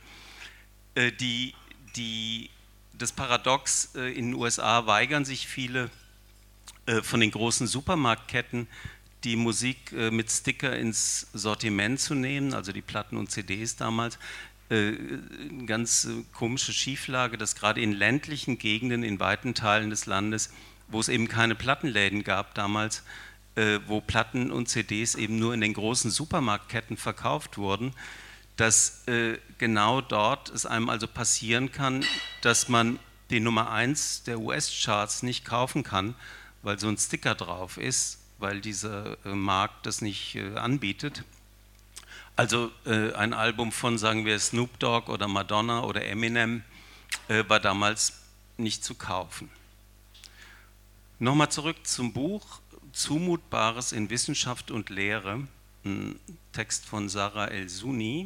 S5: das Paradox, in den USA weigern sich viele von den großen Supermarktketten, die Musik mit Sticker ins Sortiment zu nehmen, also die Platten und CDs damals. Eine ganz komische Schieflage, dass gerade in ländlichen Gegenden, in weiten Teilen des Landes, wo es eben keine Plattenläden gab damals, wo Platten und CDs eben nur in den großen Supermarktketten verkauft wurden, dass genau dort es einem also passieren kann, dass man die Nummer 1 der US-Charts nicht kaufen kann, weil so ein Sticker drauf ist, weil dieser Markt das nicht anbietet. Also ein Album von, sagen wir, Snoop Dogg oder Madonna oder Eminem war damals nicht zu kaufen. Nochmal zurück zum Buch Zumutbares in Wissenschaft und Lehre, ein Text von Sarah El-Suni.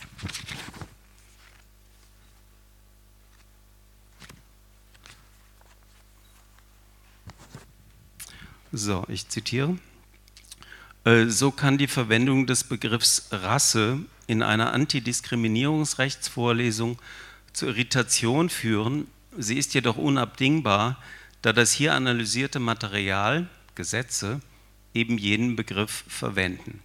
S5: So, ich zitiere. So kann die Verwendung des Begriffs Rasse in einer Antidiskriminierungsrechtsvorlesung zur Irritation führen. Sie ist jedoch unabdingbar, da das hier analysierte Material, Gesetze, eben jenen Begriff verwenden.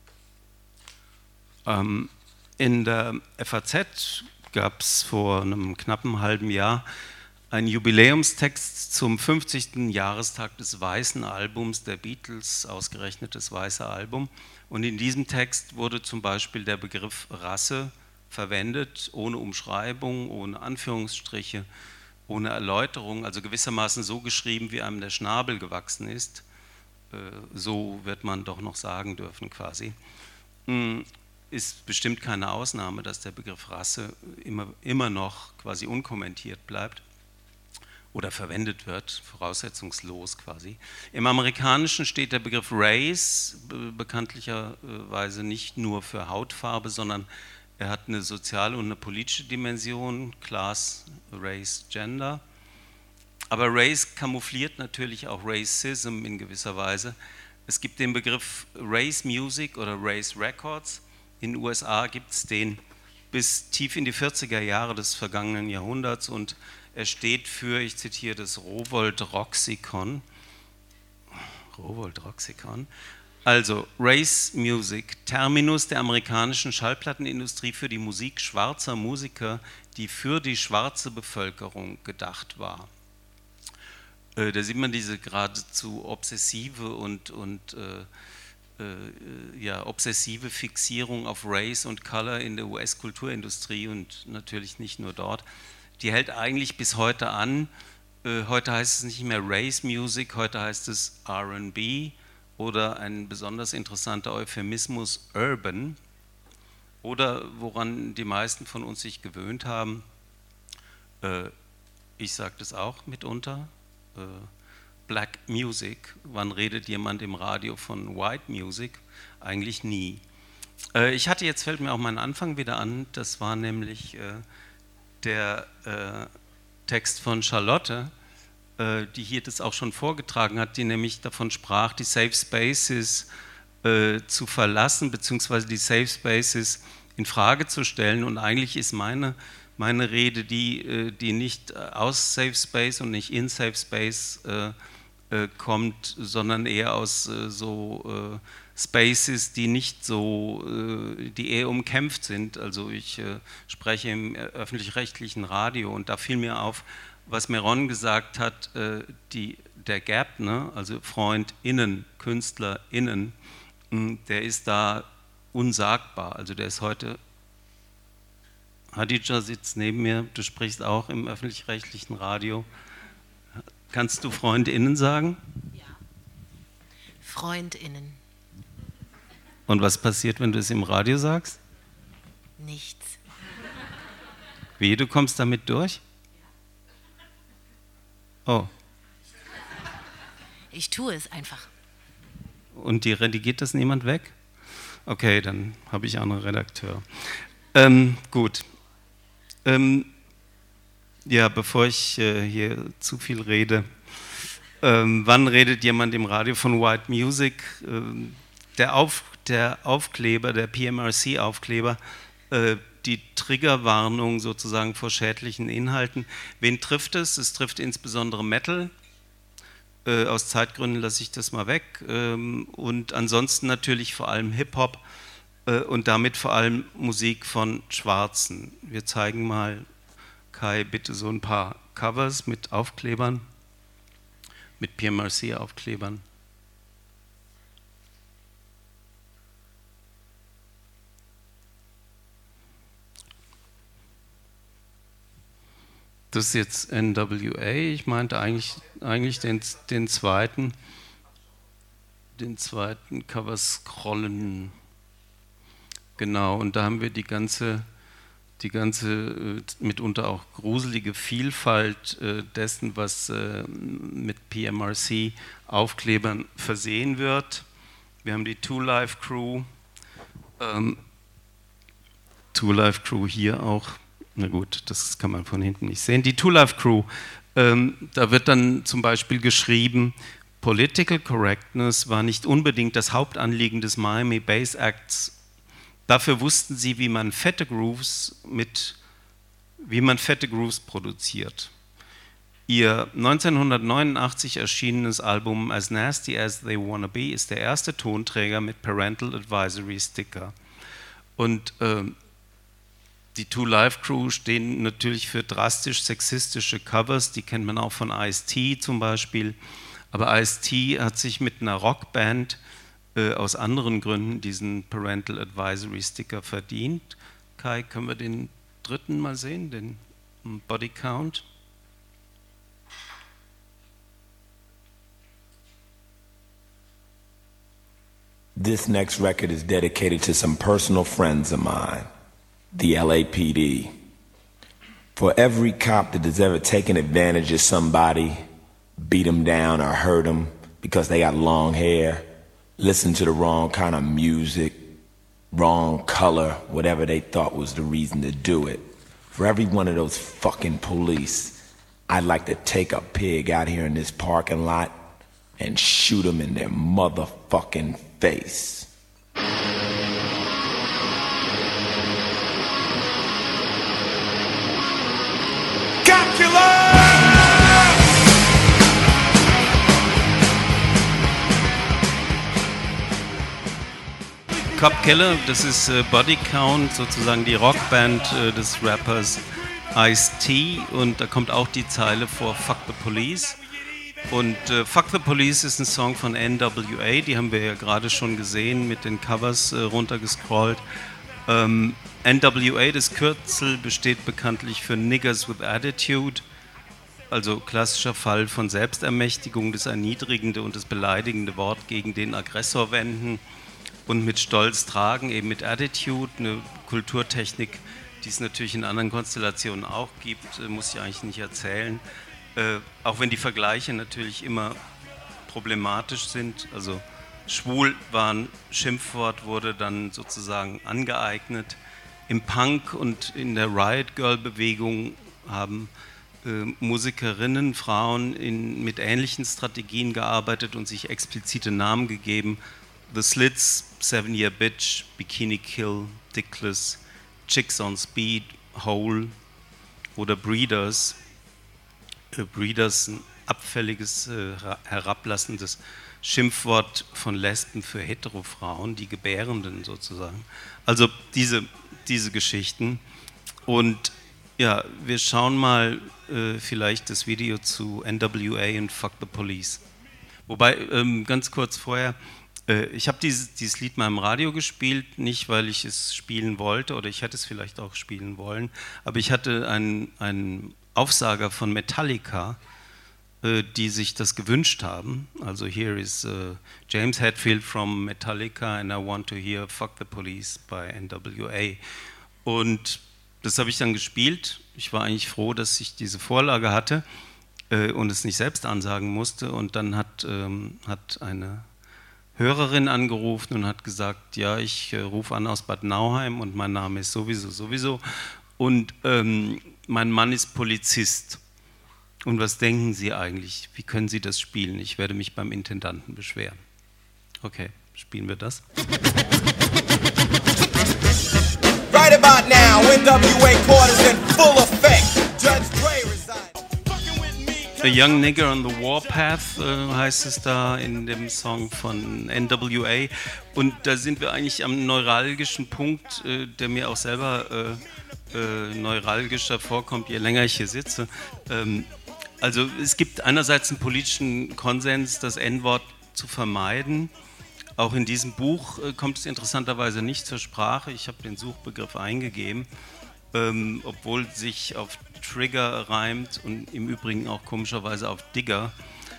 S5: In der FAZ gab es vor einem knappen halben Jahr einen Jubiläumstext zum 50. Jahrestag des Weißen Albums der Beatles, ausgerechnet das Weiße Album. Und in diesem Text wurde zum Beispiel der Begriff Rasse verwendet, ohne Umschreibung, ohne Anführungsstriche, ohne Erläuterung, also gewissermaßen so geschrieben, wie einem der Schnabel gewachsen ist. So wird man doch noch sagen dürfen quasi. Ist bestimmt keine Ausnahme, dass der Begriff Rasse immer noch quasi unkommentiert bleibt oder verwendet wird, voraussetzungslos quasi. Im Amerikanischen steht der Begriff Race bekanntlicherweise nicht nur für Hautfarbe, sondern er hat eine soziale und eine politische Dimension, Class, Race, Gender. Aber Race kamoufliert natürlich auch Racism in gewisser Weise. Es gibt den Begriff Race Music oder Race Records. In den USA gibt es den bis tief in die 40er Jahre des vergangenen Jahrhunderts und er steht für, ich zitiere das Rowohlt-Roxicon. Rowohlt-Roxicon. Also Race Music, Terminus der amerikanischen Schallplattenindustrie für die Musik schwarzer Musiker, die für die schwarze Bevölkerung gedacht war. Da sieht man diese geradezu obsessive und obsessive Fixierung auf Race und Color in der US-Kulturindustrie und natürlich nicht nur dort. Die hält eigentlich bis heute an. Heute heißt es nicht mehr Race Music, heute heißt es R&B oder ein besonders interessanter Euphemismus Urban oder woran die meisten von uns sich gewöhnt haben. Ich sage das auch mitunter. Black Music, wann redet jemand im Radio von White Music? Eigentlich nie. Ich hatte, jetzt fällt mir auch mein Anfang wieder an, das war nämlich der Text von Charlotte, die hier das auch schon vorgetragen hat, die nämlich davon sprach, die Safe Spaces zu verlassen, beziehungsweise die Safe Spaces in Frage zu stellen. Und eigentlich ist meine Rede, die nicht aus Safe Space und nicht in Safe Space kommt, sondern eher aus Spaces, die nicht so, die eher umkämpft sind. Also ich spreche im öffentlich-rechtlichen Radio und da fiel mir auf, was Meron gesagt hat, der Gap, ne, also FreundInnen, KünstlerInnen, der ist da unsagbar. Also der ist heute, Hadija sitzt neben mir, du sprichst auch im öffentlich-rechtlichen Radio. Kannst du FreundInnen sagen?
S13: Ja. FreundInnen.
S5: Und was passiert, wenn du es im Radio sagst?
S13: Nichts.
S5: Wie, du kommst damit durch? Oh.
S13: Ich tue es einfach.
S5: Und die redigiert das niemand weg? Okay, dann habe ich einen Redakteur. Gut. Ja, bevor ich hier zu viel rede, wann redet jemand im Radio von White Music? Der Aufkleber, der PMRC-Aufkleber, die Triggerwarnung sozusagen vor schädlichen Inhalten. Wen trifft es? Es trifft insbesondere Metal. Aus Zeitgründen lasse ich das mal weg. Und ansonsten natürlich vor allem Hip-Hop und damit vor allem Musik von Schwarzen. Wir zeigen mal, Kai, bitte so ein paar Covers mit Aufklebern, mit PMRC-Aufklebern. Das ist jetzt NWA, ich meinte eigentlich den zweiten Cover scrollen. Genau, und da haben wir die ganze mitunter auch gruselige Vielfalt dessen, was mit PMRC-Aufklebern versehen wird. Wir haben die Two Life Crew hier auch. Na gut, das kann man von hinten nicht sehen. Die Two Life Crew, da wird dann zum Beispiel geschrieben, Political Correctness war nicht unbedingt das Hauptanliegen des Miami Bass Acts. Dafür wussten sie, wie man fette Grooves produziert. Ihr 1989 erschienenes Album As Nasty As They Wanna Be ist der erste Tonträger mit Parental Advisory Sticker. Und die Two Life Crew stehen natürlich für drastisch sexistische Covers, die kennt man auch von Ice-T zum Beispiel. Aber Ice-T hat sich mit einer Rockband aus anderen Gründen diesen Parental Advisory Sticker verdient. Kai, können wir den dritten mal sehen, den Body Count?
S14: This next record is dedicated to some personal friends of mine. The LAPD. For every cop that has ever taken advantage of somebody, beat them down or hurt them because they got long hair, listened to the wrong kind of music, wrong color, whatever they thought was the reason to do it. For every one of those fucking police, I'd like to take a pig out here in this parking lot and shoot them in their motherfucking face.
S5: Cop Killer, das ist Body Count, sozusagen die Rockband des Rappers Ice-T, und da kommt auch die Zeile vor Fuck the Police. Und Fuck the Police ist ein Song von NWA, die haben wir ja gerade schon gesehen, mit den Covers runtergescrollt. NWA, das Kürzel, besteht bekanntlich für Niggers with Attitude, also klassischer Fall von Selbstermächtigung, das erniedrigende und das beleidigende Wort gegen den Aggressor wenden und mit Stolz tragen, eben mit Attitude, eine Kulturtechnik, die es natürlich in anderen Konstellationen auch gibt, muss ich eigentlich nicht erzählen. Auch wenn die Vergleiche natürlich immer problematisch sind, also schwul war ein Schimpfwort, wurde dann sozusagen angeeignet. Im Punk und in der Riot Girl Bewegung haben Musikerinnen, Frauen mit ähnlichen Strategien gearbeitet und sich explizite Namen gegeben. The Slits, 7 Year Bitch, Bikini Kill, Dickless, Chicks on Speed, Hole oder Breeders. Breeders, ein abfälliges, herablassendes Schimpfwort von Lesben für Heterofrauen, die Gebärenden sozusagen. Also diese Geschichten. Und ja, wir schauen mal vielleicht das Video zu NWA und Fuck the Police. Wobei, ganz kurz vorher, ich habe dieses Lied mal im Radio gespielt, nicht weil ich es spielen wollte oder ich hätte es vielleicht auch spielen wollen, aber ich hatte einen Aufsager von Metallica, die sich das gewünscht haben. Also here is James Hetfield from Metallica and I want to hear Fuck the Police by NWA. Und das habe ich dann gespielt. Ich war eigentlich froh, dass ich diese Vorlage hatte und es nicht selbst ansagen musste. Und dann hat eine Hörerin angerufen und hat gesagt, ja, ich rufe an aus Bad Nauheim und mein Name ist sowieso und mein Mann ist Polizist. Und was denken Sie eigentlich? Wie können Sie das spielen? Ich werde mich beim Intendanten beschweren. Okay, spielen wir das.
S13: Right about now, NWA quarters in full effect. Judge Dre resides.
S5: A Young Nigger on the Warpath heißt es da in dem Song von NWA. Und da sind wir eigentlich am neuralgischen Punkt, der mir auch selber neuralgischer vorkommt, je länger ich hier sitze. Also es gibt einerseits einen politischen Konsens, das N-Wort zu vermeiden. Auch in diesem Buch kommt es interessanterweise nicht zur Sprache. Ich habe den Suchbegriff eingegeben, obwohl sich auf Trigger reimt und im Übrigen auch komischerweise auf Digger.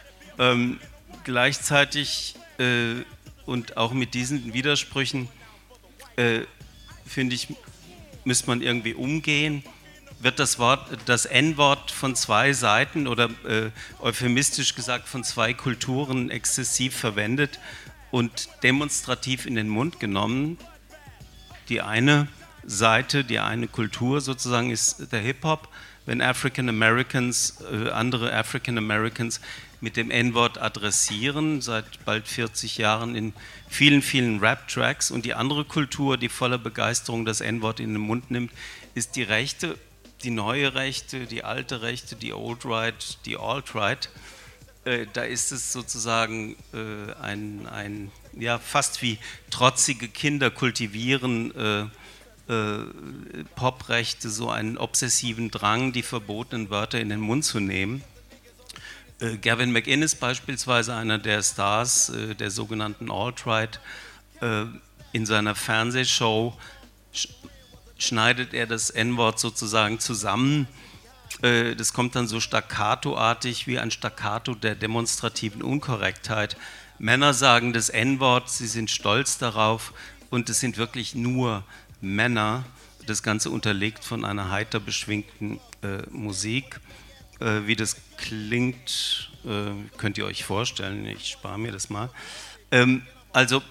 S5: Gleichzeitig und auch mit diesen Widersprüchen, finde ich, müsste man irgendwie umgehen. Wird das N-Wort von zwei Seiten oder euphemistisch gesagt von zwei Kulturen exzessiv verwendet und demonstrativ in den Mund genommen. Die eine Seite, die eine Kultur sozusagen ist der Hip-Hop, wenn African Americans, andere African Americans mit dem N-Wort adressieren, seit bald 40 Jahren in vielen, vielen Rap-Tracks. Und die andere Kultur, die voller Begeisterung das N-Wort in den Mund nimmt, ist die Rechte, die neue Rechte, die alte Rechte, die Old-Right, die Alt-Right. Da ist es sozusagen ja, fast wie trotzige Kinder kultivieren Poprechte, so einen obsessiven Drang, die verbotenen Wörter in den Mund zu nehmen. Gavin McInnes beispielsweise, einer der Stars der sogenannten Alt-Right, in seiner Fernsehshow schneidet er das N-Wort sozusagen zusammen. Das kommt dann so staccatoartig wie ein Staccato der demonstrativen Unkorrektheit. Männer sagen das N-Wort, sie sind stolz darauf und es sind wirklich nur Männer. Das Ganze unterlegt von einer heiter beschwingten Musik. Wie das klingt, könnt ihr euch vorstellen. Ich spare mir das mal. Also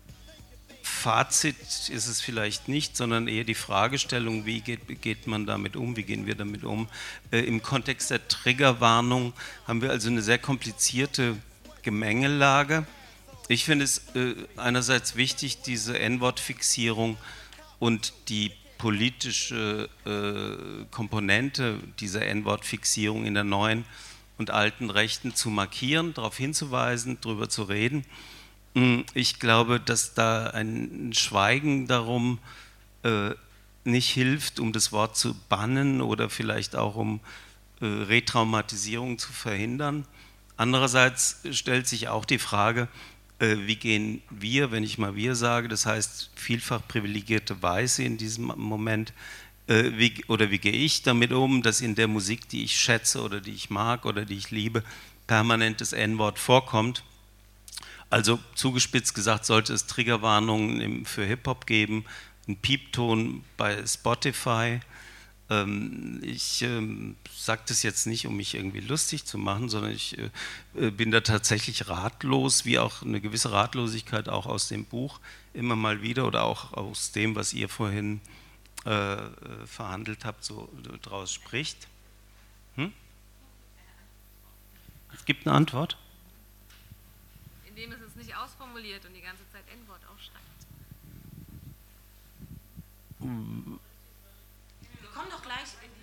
S5: Fazit ist es vielleicht nicht, sondern eher die Fragestellung, wie geht man damit um, wie gehen wir damit um. Im Kontext der Triggerwarnung haben wir also eine sehr komplizierte Gemengelage. Ich finde es einerseits wichtig, diese N-Wort-Fixierung und die politische Komponente dieser N-Wort-Fixierung in der neuen und alten Rechten zu markieren, darauf hinzuweisen, darüber zu reden. Ich glaube, dass da ein Schweigen darum nicht hilft, um das Wort zu bannen oder vielleicht auch um Retraumatisierung zu verhindern. Andererseits stellt sich auch die Frage, wie gehen wir, wenn ich mal wir sage, das heißt vielfach privilegierte Weiße in diesem Moment, wie gehe ich damit um, dass in der Musik, die ich schätze oder die ich mag oder die ich liebe, permanent das N-Wort vorkommt. Also zugespitzt gesagt, sollte es Triggerwarnungen für Hip-Hop geben, einen Piepton bei Spotify. Ich sage das jetzt nicht, um mich irgendwie lustig zu machen, sondern ich bin da tatsächlich ratlos, wie auch eine gewisse Ratlosigkeit auch aus dem Buch immer mal wieder oder auch aus dem, was ihr vorhin verhandelt habt, so draus spricht. Es gibt eine Antwort?
S4: Indem es nicht ausformuliert und die ganze Zeit N-Wort aufschreibt. Wir kommen doch gleich in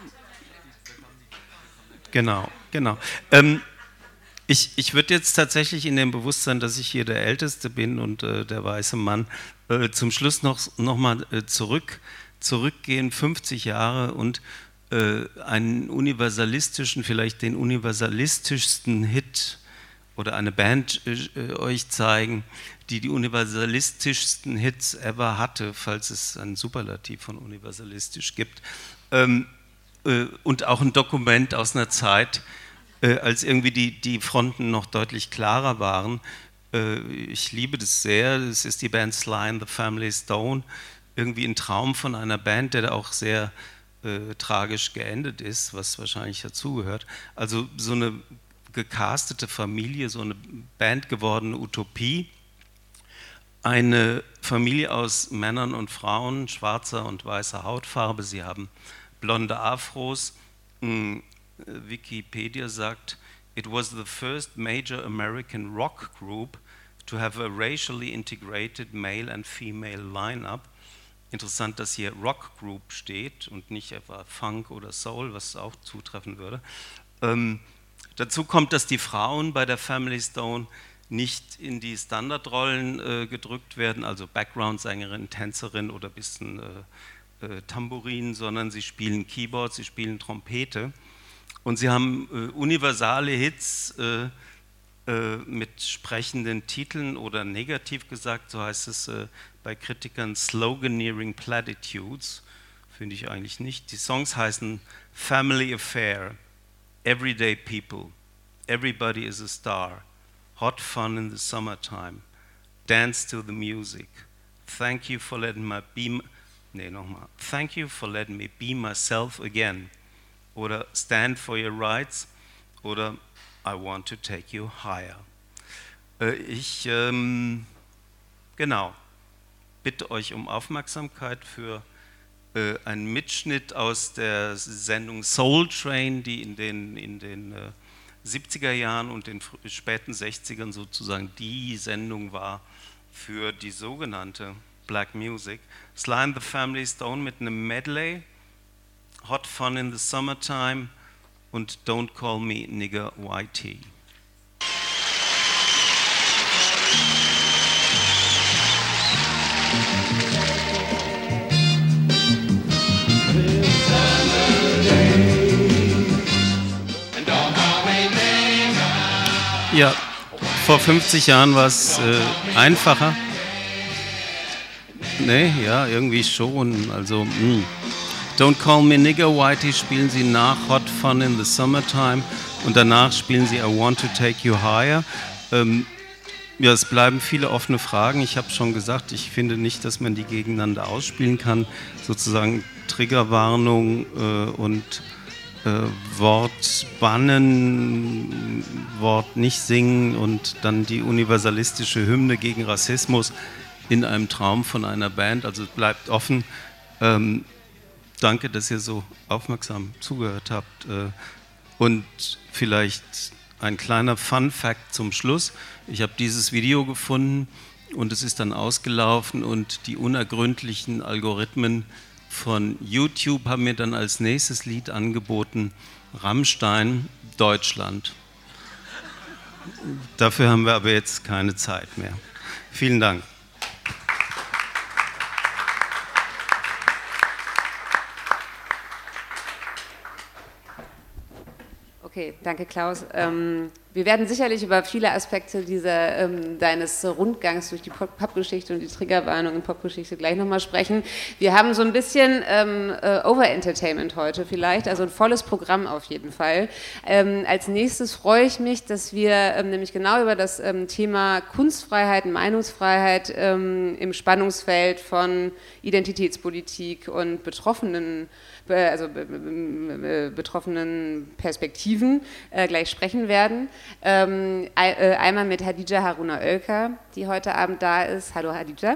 S4: diese...
S5: Genau. Ich würde jetzt tatsächlich in dem Bewusstsein, dass ich hier der Älteste bin und der weiße Mann, zum Schluss noch mal zurückgehen, 50 Jahre und einen universalistischen, vielleicht den universalistischsten Hit oder eine Band euch zeigen, die universalistischsten Hits ever hatte, falls es ein Superlativ von universalistisch gibt. Und auch ein Dokument aus einer Zeit, als irgendwie die Fronten noch deutlich klarer waren. Ich liebe das sehr. Es ist die Band Sly and the Family Stone, irgendwie ein Traum von einer Band, der auch sehr tragisch geendet ist, was wahrscheinlich dazugehört. Also so eine gecastete Familie, so eine Band gewordene Utopie. Eine Familie aus Männern und Frauen, schwarzer und weißer Hautfarbe. Sie haben blonde Afros. Wikipedia sagt, it was the first major American rock group to have a racially integrated male and female lineup. Interessant, dass hier Rock Group steht und nicht etwa Funk oder Soul, was auch zutreffen würde. Dazu kommt, dass die Frauen bei der Family Stone nicht in die Standardrollen gedrückt werden, also Background-Sängerin, Tänzerin oder ein bisschen Tambourin, sondern sie spielen Keyboard, sie spielen Trompete und sie haben universale Hits mit sprechenden Titeln oder negativ gesagt, so heißt es bei Kritikern, Sloganeering Platitudes, finde ich eigentlich nicht. Die Songs heißen Family Affair, Everyday People, Everybody is a Star, Hot Fun in the Summertime, Dance to the Music, Thank you for letting me Thank you for letting me be myself again, oder Stand for your rights, oder I want to take you higher. Ich bitte euch um Aufmerksamkeit für einen Mitschnitt aus der Sendung Soul Train, die in den 70er Jahren und den späten 60ern sozusagen die Sendung war für die sogenannte Black Music. Sly and the Family Stone mit einem Medley, Hot Fun in the Summertime und Don't Call Me Nigger YT. Ja, vor 50 Jahren war es einfacher. Nee, ja, irgendwie schon. Also, Don't Call Me Nigger Whitey spielen sie nach Hot Fun in the Summertime und danach spielen sie I Want to Take You Higher. Ja, es bleiben viele offene Fragen. Ich habe schon gesagt, ich finde nicht, dass man die gegeneinander ausspielen kann. Sozusagen Triggerwarnung und Wort bannen, Wort nicht singen und dann die universalistische Hymne gegen Rassismus in einem Traum von einer Band. Also es bleibt offen. Danke, dass ihr so aufmerksam zugehört habt. Und vielleicht ein kleiner Fun-Fact zum Schluss. Ich habe dieses Video gefunden und es ist dann ausgelaufen und die unergründlichen Algorithmen von YouTube haben mir dann als nächstes Lied angeboten, Rammstein, Deutschland. Dafür haben wir aber jetzt keine Zeit mehr. Vielen Dank.
S2: Okay, danke Klaus. Wir werden sicherlich über viele Aspekte deines Rundgangs durch die Popgeschichte und die Triggerwarnung in Popgeschichte gleich nochmal sprechen. Wir haben so ein bisschen Overentertainment heute vielleicht, also ein volles Programm auf jeden Fall. Als nächstes freue ich mich, dass wir nämlich genau über das Thema Kunstfreiheit, Meinungsfreiheit im Spannungsfeld von Identitätspolitik und betroffenen Perspektiven gleich sprechen werden. Einmal mit Hadija Haruna Oelker, die heute Abend da ist. Hallo Hadija.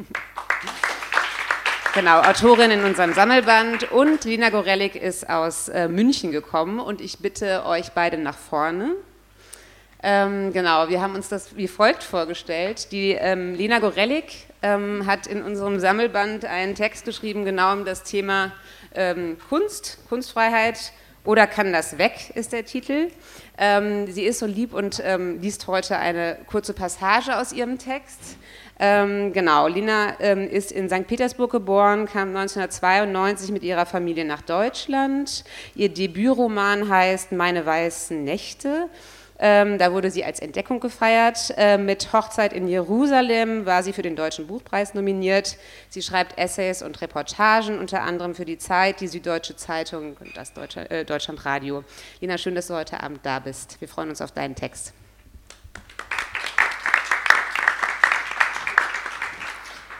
S2: Genau, Autorin in unserem Sammelband, und Lena Gorelik ist aus München gekommen und ich bitte euch beide nach vorne. Genau, wir haben uns das wie folgt vorgestellt. Die Lena Gorelik hat in unserem Sammelband einen Text geschrieben, genau um das Thema Kunstfreiheit, oder kann das weg, ist der Titel. Sie ist so lieb und liest heute eine kurze Passage aus ihrem Text. Genau, Lena ist in St. Petersburg geboren, kam 1992 mit ihrer Familie nach Deutschland. Ihr Debütroman heißt Meine weißen Nächte. Da wurde sie als Entdeckung gefeiert. Mit Hochzeit in Jerusalem war sie für den Deutschen Buchpreis nominiert. Sie schreibt Essays und Reportagen, unter anderem für die Zeit, die Süddeutsche Zeitung und das Deutschlandradio. Lena, schön, dass du heute Abend da bist. Wir freuen uns auf deinen Text.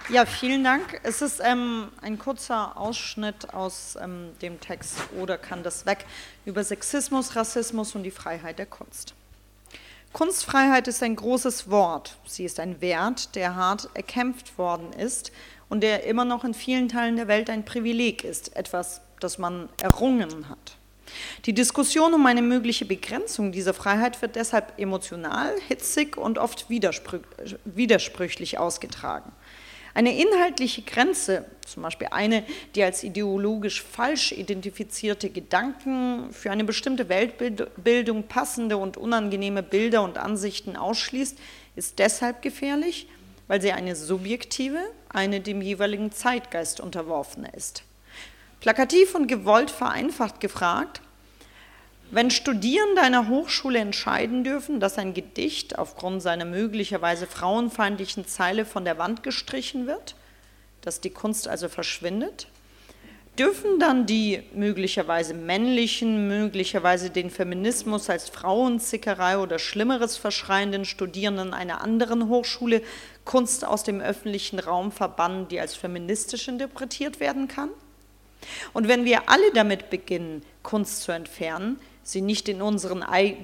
S15: Ja, vielen Dank. Es ist ein kurzer Ausschnitt aus dem Text Oder kann das weg? Über Sexismus, Rassismus und die Freiheit der Kunst. Kunstfreiheit ist ein großes Wort. Sie ist ein Wert, der hart erkämpft worden ist und der immer noch in vielen Teilen der Welt ein Privileg ist, etwas, das man errungen hat. Die Diskussion um eine mögliche Begrenzung dieser Freiheit wird deshalb emotional, hitzig und oft widersprüchlich ausgetragen. Eine inhaltliche Grenze, zum Beispiel eine, die als ideologisch falsch identifizierte Gedanken für eine bestimmte Weltbildung passende und unangenehme Bilder und Ansichten ausschließt, ist deshalb gefährlich, weil sie eine subjektive, eine dem jeweiligen Zeitgeist unterworfene ist. Plakativ und gewollt vereinfacht gefragt: Wenn Studierende einer Hochschule entscheiden dürfen, dass ein Gedicht aufgrund seiner möglicherweise frauenfeindlichen Zeile von der Wand gestrichen wird, dass die Kunst also verschwindet, dürfen dann die möglicherweise männlichen, möglicherweise den Feminismus als Frauenzickerei oder Schlimmeres verschreienden Studierenden einer anderen Hochschule Kunst aus dem öffentlichen Raum verbannen, die als feministisch interpretiert werden kann? Und wenn wir alle damit beginnen, Kunst zu entfernen, sie nicht nur unseren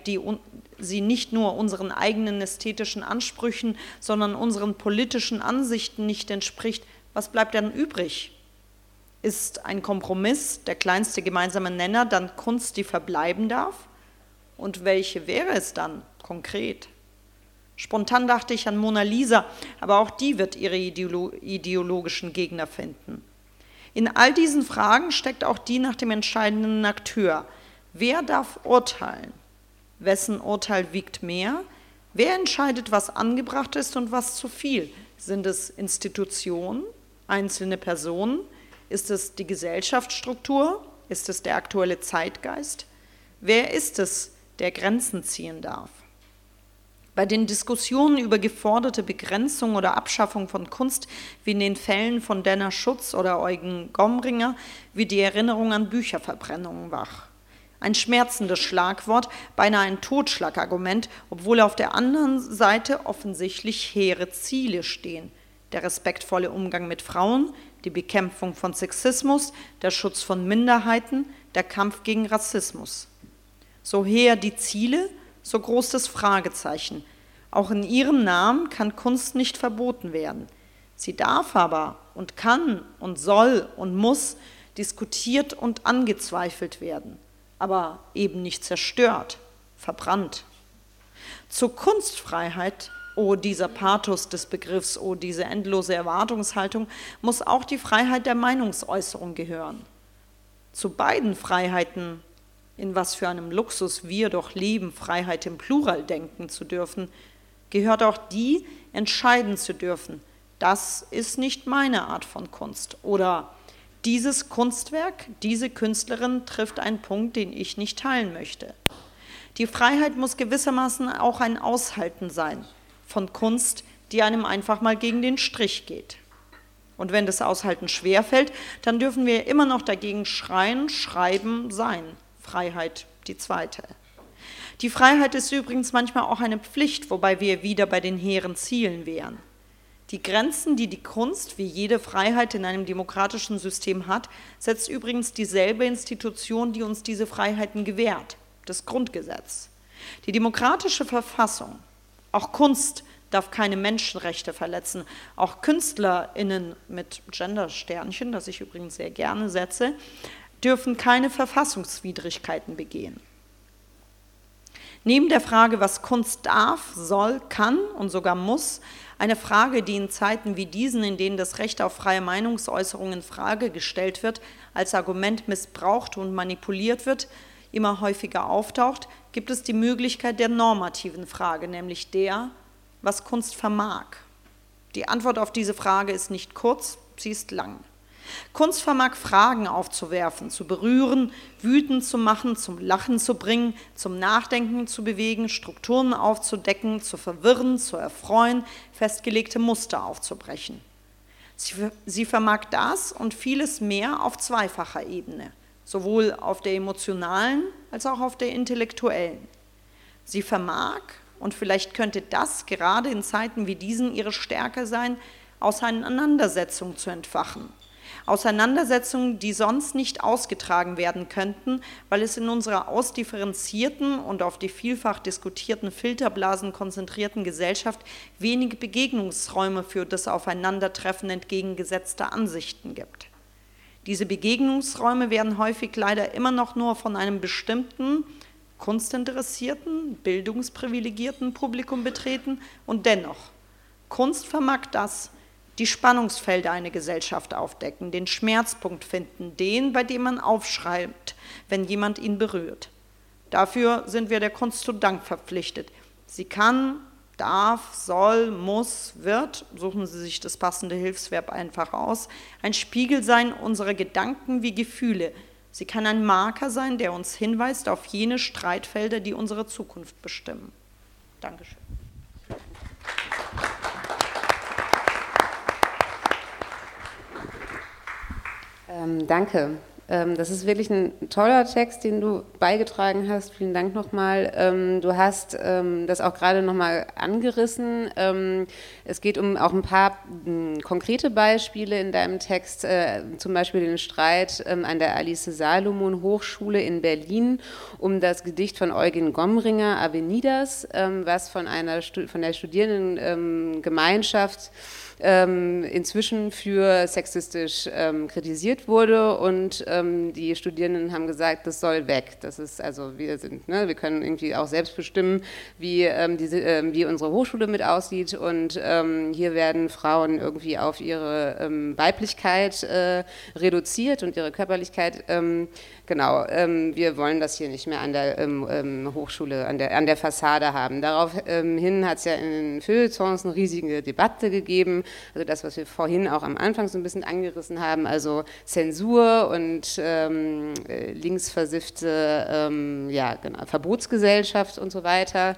S15: eigenen ästhetischen Ansprüchen, sondern unseren politischen Ansichten nicht entspricht, was bleibt dann übrig? Ist ein Kompromiss, der kleinste gemeinsame Nenner, dann Kunst, die verbleiben darf? Und welche wäre es dann konkret? Spontan dachte ich an Mona Lisa, aber auch die wird ihre ideologischen Gegner finden. In all diesen Fragen steckt auch die nach dem entscheidenden Akteur. Wer darf urteilen? Wessen Urteil wiegt mehr? Wer entscheidet, was angebracht ist und was zu viel? Sind es Institutionen, einzelne Personen? Ist es die Gesellschaftsstruktur? Ist es der aktuelle Zeitgeist? Wer ist es, der Grenzen ziehen darf? Bei den Diskussionen über geforderte Begrenzung oder Abschaffung von Kunst, wie in den Fällen von Denner Schutz oder Eugen Gomringer, wird die Erinnerung an Bücherverbrennungen wach. Ein schmerzendes Schlagwort, beinahe ein Totschlagargument, obwohl auf der anderen Seite offensichtlich hehre Ziele stehen. Der respektvolle Umgang mit Frauen, die Bekämpfung von Sexismus, der Schutz von Minderheiten, der Kampf gegen Rassismus. So hehr die Ziele, so groß das Fragezeichen. Auch in ihrem Namen kann Kunst nicht verboten werden. Sie darf aber und kann und soll und muss diskutiert und angezweifelt werden, aber eben nicht zerstört, verbrannt. Zur Kunstfreiheit, oh dieser Pathos des Begriffs, oh diese endlose Erwartungshaltung, muss auch die Freiheit der Meinungsäußerung gehören. Zu beiden Freiheiten, in was für einem Luxus wir doch leben, Freiheit im Plural denken zu dürfen, gehört auch die, entscheiden zu dürfen, das ist nicht meine Art von Kunst. Oder dieses Kunstwerk, diese Künstlerin trifft einen Punkt, den ich nicht teilen möchte. Die Freiheit muss gewissermaßen auch ein Aushalten sein von Kunst, die einem einfach mal gegen den Strich geht. Und wenn das Aushalten schwerfällt, dann dürfen wir immer noch dagegen schreien, schreiben, sein. Freiheit, die zweite. Die Freiheit ist übrigens manchmal auch eine Pflicht, wobei wir wieder bei den hehren Zielen wären. Die Grenzen, die die Kunst, wie jede Freiheit in einem demokratischen System hat, setzt übrigens dieselbe Institution, die uns diese Freiheiten gewährt, das Grundgesetz. Die demokratische Verfassung, auch Kunst darf keine Menschenrechte verletzen, auch KünstlerInnen mit Gendersternchen, das ich übrigens sehr gerne setze, dürfen keine Verfassungswidrigkeiten begehen. Neben der Frage, was Kunst darf, soll, kann und sogar muss, eine Frage, die in Zeiten wie diesen, in denen das Recht auf freie Meinungsäußerung in Frage gestellt wird, als Argument missbraucht und manipuliert wird, immer häufiger auftaucht, gibt es die Möglichkeit der normativen Frage, nämlich der, was Kunst vermag. Die Antwort auf diese Frage ist nicht kurz, sie ist lang. Kunst vermag Fragen aufzuwerfen, zu berühren, wütend zu machen, zum Lachen zu bringen, zum Nachdenken zu bewegen, Strukturen aufzudecken, zu verwirren, zu erfreuen, festgelegte Muster aufzubrechen. Sie vermag das und vieles mehr auf zweifacher Ebene, sowohl auf der emotionalen als auch auf der intellektuellen. Sie vermag, und vielleicht könnte das gerade in Zeiten wie diesen ihre Stärke sein, Auseinandersetzungen zu entfachen. Auseinandersetzungen, die sonst nicht ausgetragen werden könnten, weil es in unserer ausdifferenzierten und auf die vielfach diskutierten Filterblasen konzentrierten Gesellschaft wenig Begegnungsräume für das Aufeinandertreffen entgegengesetzter Ansichten gibt. Diese Begegnungsräume werden häufig leider immer noch nur von einem bestimmten, kunstinteressierten, bildungsprivilegierten Publikum betreten und dennoch, Kunst vermag das, die Spannungsfelder einer Gesellschaft aufdecken, den Schmerzpunkt finden, den, bei dem man aufschreibt, wenn jemand ihn berührt. Dafür sind wir der Kunst zu Dank verpflichtet. Sie kann, darf, soll, muss, wird, suchen Sie sich das passende Hilfsverb einfach aus, ein Spiegel sein unserer Gedanken wie Gefühle. Sie kann ein Marker sein, der uns hinweist auf jene Streitfelder, die unsere Zukunft bestimmen. Dankeschön.
S2: Danke. Das ist wirklich ein toller Text, den du beigetragen hast. Vielen Dank nochmal. Du hast das auch gerade nochmal angerissen. Es geht um auch ein paar konkrete Beispiele in deinem Text, zum Beispiel den Streit an der Alice-Salomon-Hochschule in Berlin um das Gedicht von Eugen Gomringer, Avenidas, was von der Studierendengemeinschaft inzwischen für sexistisch kritisiert wurde und die Studierenden haben gesagt, das soll weg. Das ist also, wir können irgendwie auch selbst bestimmen, wie unsere Hochschule mit aussieht und hier werden Frauen irgendwie auf ihre Weiblichkeit reduziert und ihre Körperlichkeit. Wir wollen das hier nicht mehr an der Hochschule, an der Fassade haben. Daraufhin hat es ja in den Feuilletons eine riesige Debatte gegeben, also das, was wir vorhin auch am Anfang so ein bisschen angerissen haben, also Zensur und linksversiffte Verbotsgesellschaft und so weiter.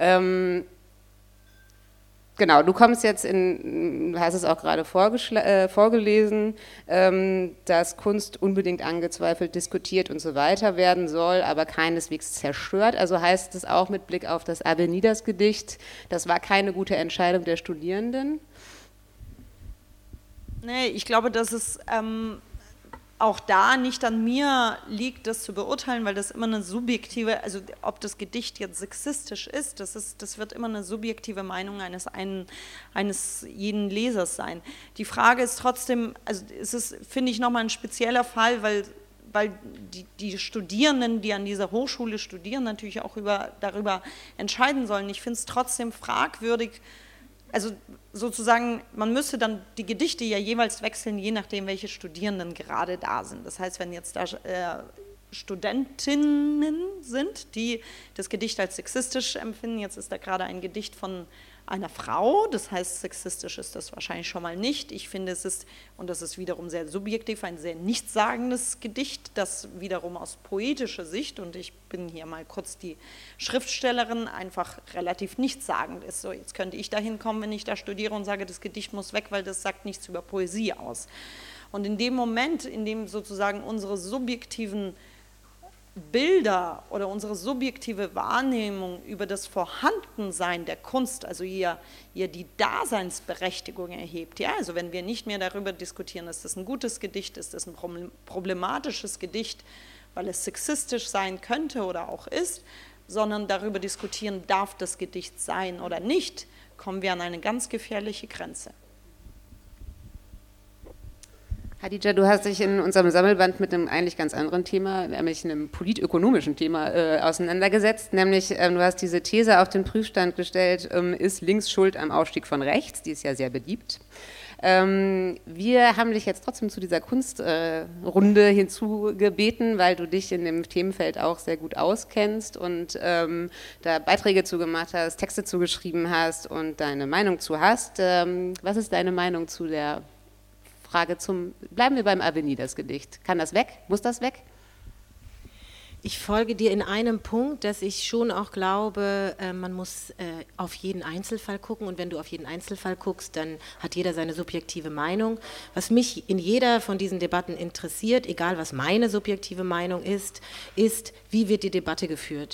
S2: Genau, du kommst jetzt du hast es auch gerade vorgelesen, dass Kunst unbedingt angezweifelt, diskutiert und so weiter werden soll, aber keineswegs zerstört. Also heißt es auch mit Blick auf das Avenidas-Gedicht, das war keine gute Entscheidung der Studierenden?
S15: Nee, ich glaube, dass es auch da nicht an mir liegt, das zu beurteilen, weil das immer eine subjektive, also ob das Gedicht jetzt sexistisch ist, das wird immer eine subjektive Meinung eines jeden Lesers sein. Die Frage ist trotzdem, also es ist, finde ich, nochmal ein spezieller Fall, weil die Studierenden, die an dieser Hochschule studieren, natürlich auch darüber entscheiden sollen. Ich finde es trotzdem fragwürdig, also sozusagen, man müsste dann die Gedichte ja jeweils wechseln, je nachdem, welche Studierenden gerade da sind. Das heißt, wenn jetzt da Studentinnen sind, die das Gedicht als sexistisch empfinden, jetzt ist da gerade ein Gedicht von einer Frau, das heißt, sexistisch ist das wahrscheinlich schon mal nicht. Ich finde, es ist, und das ist wiederum sehr subjektiv, ein sehr nichtssagendes Gedicht, das wiederum aus poetischer Sicht, und ich bin hier mal kurz die Schriftstellerin, einfach relativ nichtssagend ist. So, jetzt könnte ich da hinkommen, wenn ich da studiere und sage, das Gedicht muss weg, weil das sagt nichts über Poesie aus. Und in dem Moment, in dem sozusagen unsere subjektiven Bilder oder unsere subjektive Wahrnehmung über das Vorhandensein der Kunst, also hier die Daseinsberechtigung erhebt. Ja, also wenn wir nicht mehr darüber diskutieren, ist das ein gutes Gedicht, ist das ein problematisches Gedicht, weil es sexistisch sein könnte oder auch ist, sondern darüber diskutieren, darf das Gedicht sein oder nicht, kommen wir an eine ganz gefährliche Grenze.
S2: Hadija, du hast dich in unserem Sammelband mit einem eigentlich ganz anderen Thema, nämlich einem politökonomischen Thema auseinandergesetzt, nämlich du hast diese These auf den Prüfstand gestellt, ist links schuld am Aufstieg von rechts, die ist ja sehr beliebt. Wir haben dich jetzt trotzdem zu dieser Kunstrunde hinzugebeten, weil du dich in dem Themenfeld auch sehr gut auskennst und da Beiträge zugemacht hast, Texte zugeschrieben hast und deine Meinung zu hast. Was ist deine Meinung zu der Frage bleiben wir beim Avenidas-Gedicht. Kann das weg? Muss das weg?
S16: Ich folge dir in einem Punkt, dass ich schon auch glaube, man muss auf jeden Einzelfall gucken und wenn du auf jeden Einzelfall guckst, dann hat jeder seine subjektive Meinung. Was mich in jeder von diesen Debatten interessiert, egal was meine subjektive Meinung ist, wie wird die Debatte geführt.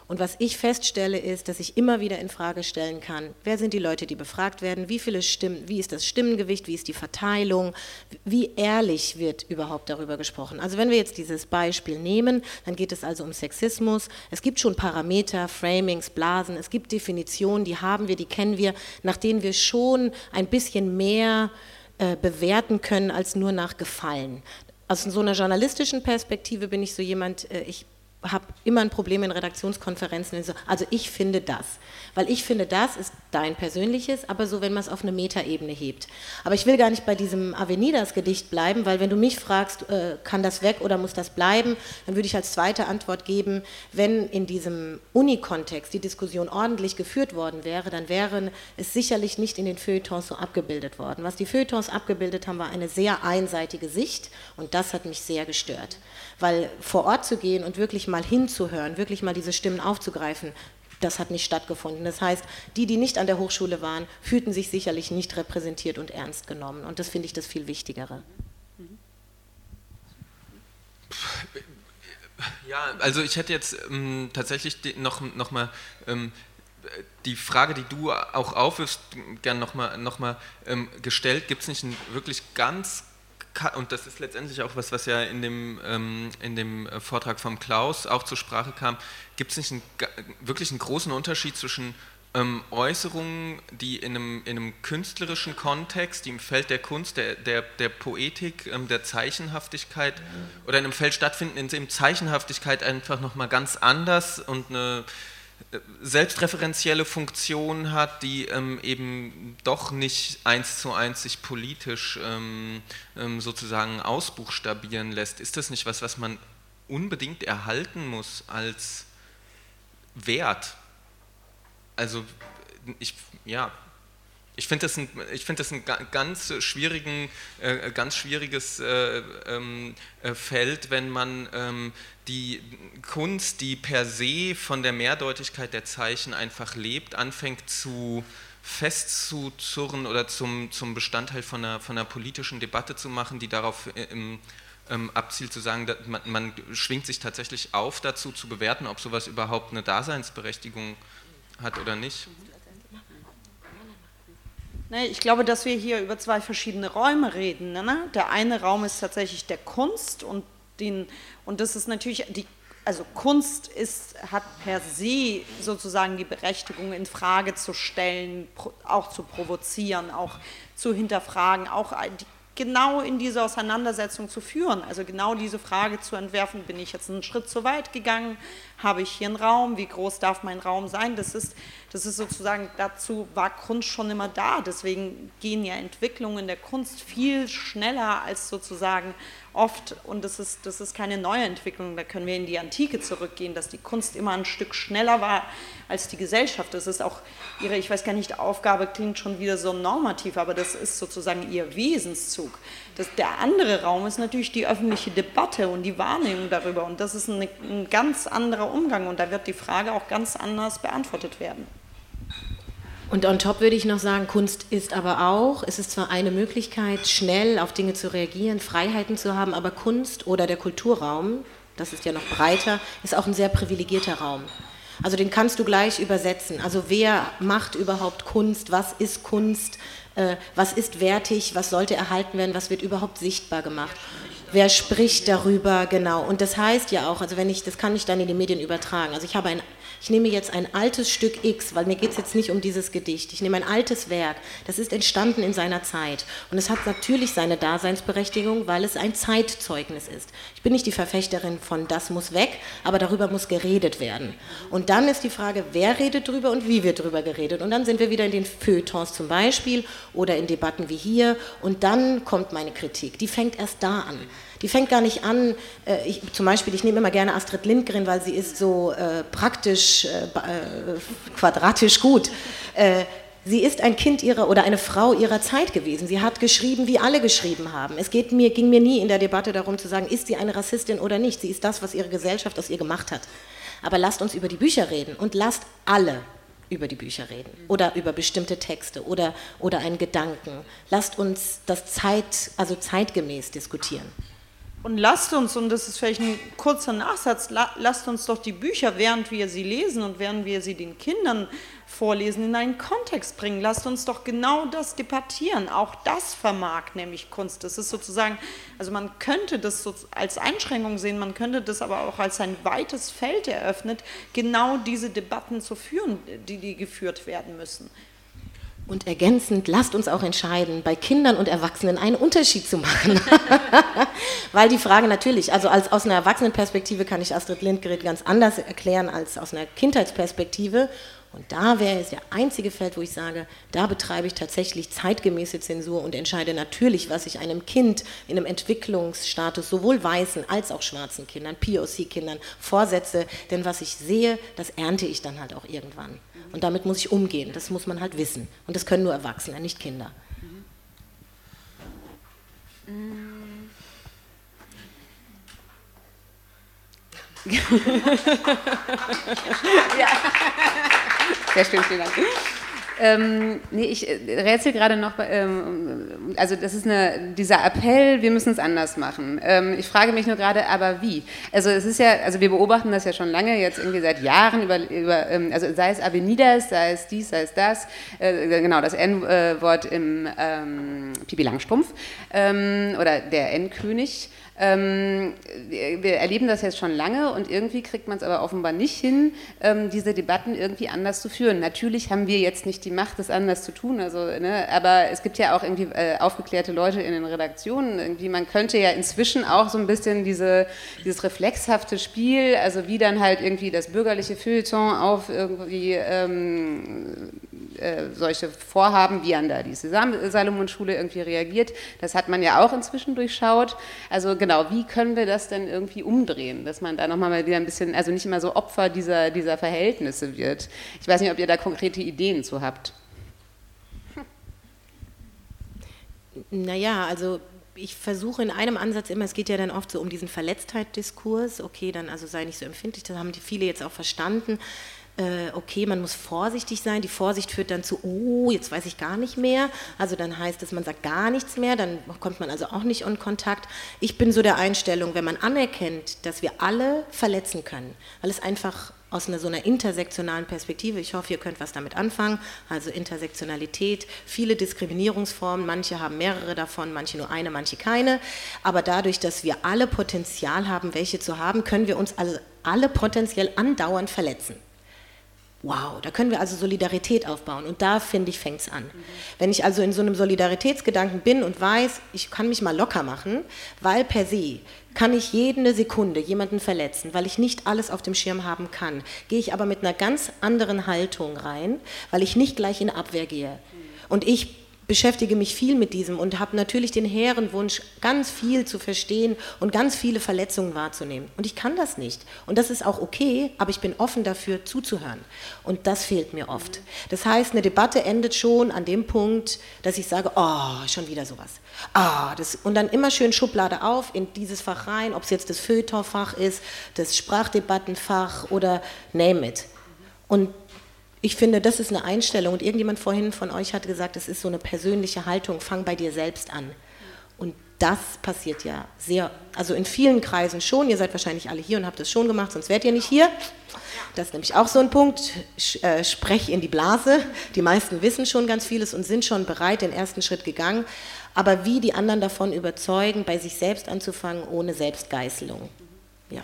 S16: Und was ich feststelle, ist, dass ich immer wieder in Frage stellen kann, wer sind die Leute, die befragt werden, wie viele Stimmen, wie ist das Stimmengewicht, wie ist die Verteilung, wie ehrlich wird überhaupt darüber gesprochen. Also wenn wir jetzt dieses Beispiel nehmen, dann geht es also um Sexismus. Es gibt schon Parameter, Framings, Blasen, es gibt Definitionen, die haben wir, die kennen wir, nach denen wir schon ein bisschen mehr bewerten können als nur nach Gefallen. Aus so einer journalistischen Perspektive bin ich so jemand, ich habe immer ein Problem in Redaktionskonferenzen, also ich finde das, weil ich finde, das ist dein persönliches, aber so, wenn man es auf eine Metaebene hebt. Aber ich will gar nicht bei diesem Avenidas-Gedicht bleiben, weil wenn du mich fragst, kann das weg oder muss das bleiben, dann würde ich als zweite Antwort geben, wenn in diesem Uni-Kontext die Diskussion ordentlich geführt worden wäre, dann wäre es sicherlich nicht in den Feuilletons so abgebildet worden. Was die Feuilletons abgebildet haben, war eine sehr einseitige Sicht und das hat mich sehr gestört. Weil vor Ort zu gehen und wirklich mal hinzuhören, wirklich mal diese Stimmen aufzugreifen, das hat nicht stattgefunden. Das heißt, die nicht an der Hochschule waren, fühlten sich sicherlich nicht repräsentiert und ernst genommen. Und das finde ich das viel Wichtigere.
S1: Ja, also ich hätte jetzt tatsächlich noch mal die Frage, die du auch aufwirfst, gern noch mal gestellt. Gibt es nicht einen wirklich und das ist letztendlich auch was ja in dem Vortrag vom Klaus auch zur Sprache kam, gibt es nicht wirklich einen großen Unterschied zwischen Äußerungen, die in einem künstlerischen Kontext, die im Feld der Kunst, der Poetik, der Zeichenhaftigkeit oder in einem Feld stattfinden, in dem Zeichenhaftigkeit einfach nochmal ganz anders und eine selbstreferenzielle Funktion hat, die eben doch nicht 1:1 sich politisch sozusagen ausbuchstabieren lässt. Ist das nicht was man unbedingt erhalten muss als Wert? Also ich finde das ein ganz schwieriges Feld, wenn man die Kunst, die per se von der Mehrdeutigkeit der Zeichen einfach lebt, anfängt festzuzurren oder zum Bestandteil von einer politischen Debatte zu machen, die darauf abzielt zu sagen, man schwingt sich tatsächlich auf dazu zu bewerten, ob sowas überhaupt eine Daseinsberechtigung hat oder nicht.
S15: Ich glaube, dass wir hier über zwei verschiedene Räume reden. Ne? Der eine Raum ist tatsächlich der Kunst und das ist natürlich, also Kunst hat per se sozusagen die Berechtigung, in Frage zu stellen, auch zu provozieren, auch zu hinterfragen, auch genau in diese Auseinandersetzung zu führen. Also genau diese Frage zu entwerfen, bin ich jetzt einen Schritt zu weit gegangen, habe ich hier einen Raum, wie groß darf mein Raum sein? Das ist sozusagen, dazu war Kunst schon immer da, deswegen gehen ja Entwicklungen der Kunst viel schneller als sozusagen oft, und das ist keine neue Entwicklung, da können wir in die Antike zurückgehen, dass die Kunst immer ein Stück schneller war als die Gesellschaft. Das ist auch ihre, ich weiß gar nicht, Aufgabe klingt schon wieder so normativ, aber das ist sozusagen ihr Wesenszug. Der andere Raum ist natürlich die öffentliche Debatte und die Wahrnehmung darüber, und das ist ein ganz anderer Umgang und da wird die Frage auch ganz anders beantwortet werden.
S16: Und on top würde ich noch sagen, Kunst ist aber auch, es ist zwar eine Möglichkeit, schnell auf Dinge zu reagieren, Freiheiten zu haben, aber Kunst oder der Kulturraum, das ist ja noch breiter, ist auch ein sehr privilegierter Raum. Also den kannst du gleich übersetzen. Also wer macht überhaupt Kunst, was ist Kunst, was ist wertig, was sollte erhalten werden, was wird überhaupt sichtbar gemacht. Wer spricht darüber, genau. Und das heißt ja auch, also das kann ich dann in die Medien übertragen. Also ich nehme jetzt ein altes Stück X, weil mir geht es jetzt nicht um dieses Gedicht. Ich nehme ein altes Werk, das ist entstanden in seiner Zeit. Und es hat natürlich seine Daseinsberechtigung, weil es ein Zeitzeugnis ist. Ich bin nicht die Verfechterin von das muss weg, aber darüber muss geredet werden. Und dann ist die Frage, wer redet drüber und wie wird drüber geredet. Und dann sind wir wieder in den Feuilletons zum Beispiel oder in Debatten wie hier. Und dann kommt meine Kritik. Die fängt erst da an. Die fängt gar nicht an, ich nehme immer gerne Astrid Lindgren, weil sie ist so praktisch, quadratisch gut. Sie ist ein Kind oder eine Frau ihrer Zeit gewesen. Sie hat geschrieben, wie alle geschrieben haben. Es ging mir nie in der Debatte darum zu sagen, ist sie eine Rassistin oder nicht. Sie ist das, was ihre Gesellschaft aus ihr gemacht hat. Aber lasst uns über die Bücher reden und lasst alle über die Bücher reden oder über bestimmte Texte oder einen Gedanken. Lasst uns das zeitgemäß diskutieren.
S15: Und lasst uns, und das ist vielleicht ein kurzer Nachsatz, lasst uns doch die Bücher, während wir sie lesen und während wir sie den Kindern vorlesen, in einen Kontext bringen. Lasst uns doch genau das debattieren. Auch das vermag nämlich Kunst. Das ist sozusagen, also man könnte das so als Einschränkung sehen, man könnte das aber auch als ein weites Feld eröffnet, genau diese Debatten zu führen, die geführt werden müssen.
S16: Und ergänzend, lasst uns auch entscheiden, bei Kindern und Erwachsenen einen Unterschied zu machen. Weil die Frage natürlich, also aus einer Erwachsenenperspektive kann ich Astrid Lindgren ganz anders erklären als aus einer Kindheitsperspektive. Und da wäre es der einzige Feld, wo ich sage, da betreibe ich tatsächlich zeitgemäße Zensur und entscheide natürlich, was ich einem Kind in einem Entwicklungsstatus, sowohl weißen als auch schwarzen Kindern, POC-Kindern, vorsetze. Denn was ich sehe, das ernte ich dann halt auch irgendwann. Und damit muss ich umgehen, das muss man halt wissen. Und das können nur Erwachsene, nicht Kinder.
S2: Ja. Sehr schön, vielen Dank. Ich rätsel gerade noch, also das ist dieser Appell, wir müssen es anders machen. Ich frage mich nur gerade, aber wie? Also es ist ja, also wir beobachten das ja schon lange, jetzt irgendwie seit Jahren, also sei es Avenidas, sei es dies, sei es das, genau, das N-Wort im Pippi Langstrumpf oder der N-König. Wir erleben das jetzt schon lange und irgendwie kriegt man es aber offenbar nicht hin, diese Debatten irgendwie anders zu führen. Natürlich haben wir jetzt nicht die Macht, das anders zu tun, also, ne, aber es gibt ja auch irgendwie aufgeklärte Leute in den Redaktionen. Irgendwie, man könnte ja inzwischen auch so ein bisschen dieses reflexhafte Spiel, also wie dann halt irgendwie das bürgerliche Feuilleton auf irgendwie solche Vorhaben, wie an da diese Salomon-Schule irgendwie reagiert, das hat man ja auch inzwischen durchschaut. Also genau, wie können wir das denn irgendwie umdrehen, dass man da nochmal wieder ein bisschen, also nicht immer so Opfer dieser Verhältnisse wird. Ich weiß nicht, ob ihr da konkrete Ideen zu habt.
S16: Naja, also ich versuche in einem Ansatz immer, es geht ja dann oft so um diesen Verletztheitsdiskurs, okay, dann also sei nicht so empfindlich, das haben die viele jetzt auch verstanden. Okay, man muss vorsichtig sein, die Vorsicht führt dann zu, oh, jetzt weiß ich gar nicht mehr, also dann heißt es, man sagt gar nichts mehr, dann kommt man also auch nicht in Kontakt. Ich bin so der Einstellung, wenn man anerkennt, dass wir alle verletzen können, weil es einfach aus so einer intersektionalen Perspektive, ich hoffe, ihr könnt was damit anfangen, also Intersektionalität, viele Diskriminierungsformen, manche haben mehrere davon, manche nur eine, manche keine, aber dadurch, dass wir alle Potenzial haben, welche zu haben, können wir uns also alle potenziell andauernd verletzen. Wow, da können wir also Solidarität aufbauen und da, finde ich, fängt es an. Wenn ich also in so einem Solidaritätsgedanken bin und weiß, ich kann mich mal locker machen, weil per se kann ich jede Sekunde jemanden verletzen, weil ich nicht alles auf dem Schirm haben kann, gehe ich aber mit einer ganz anderen Haltung rein, weil ich nicht gleich in Abwehr gehe. Und ich beschäftige mich viel mit diesem und habe natürlich den hehren Wunsch, ganz viel zu verstehen und ganz viele Verletzungen wahrzunehmen. Und ich kann das nicht. Und das ist auch okay, aber ich bin offen dafür, zuzuhören. Und das fehlt mir oft. Das heißt, eine Debatte endet schon an dem Punkt, dass ich sage, oh, schon wieder sowas. Und dann immer schön Schublade auf, in dieses Fach rein, ob es jetzt das Feuilletonfach ist, das Sprachdebattenfach oder name it. Und ich finde, das ist eine Einstellung und irgendjemand vorhin von euch hat gesagt, das ist so eine persönliche Haltung, fang bei dir selbst an. Und das passiert ja sehr, also in vielen Kreisen schon, ihr seid wahrscheinlich alle hier und habt das schon gemacht, sonst wärt ihr nicht hier. Das ist nämlich auch so ein Punkt, sprech in die Blase, die meisten wissen schon ganz vieles und sind schon bereit, den ersten Schritt gegangen, aber wie die anderen davon überzeugen, bei sich selbst anzufangen, ohne Selbstgeißelung. Ja.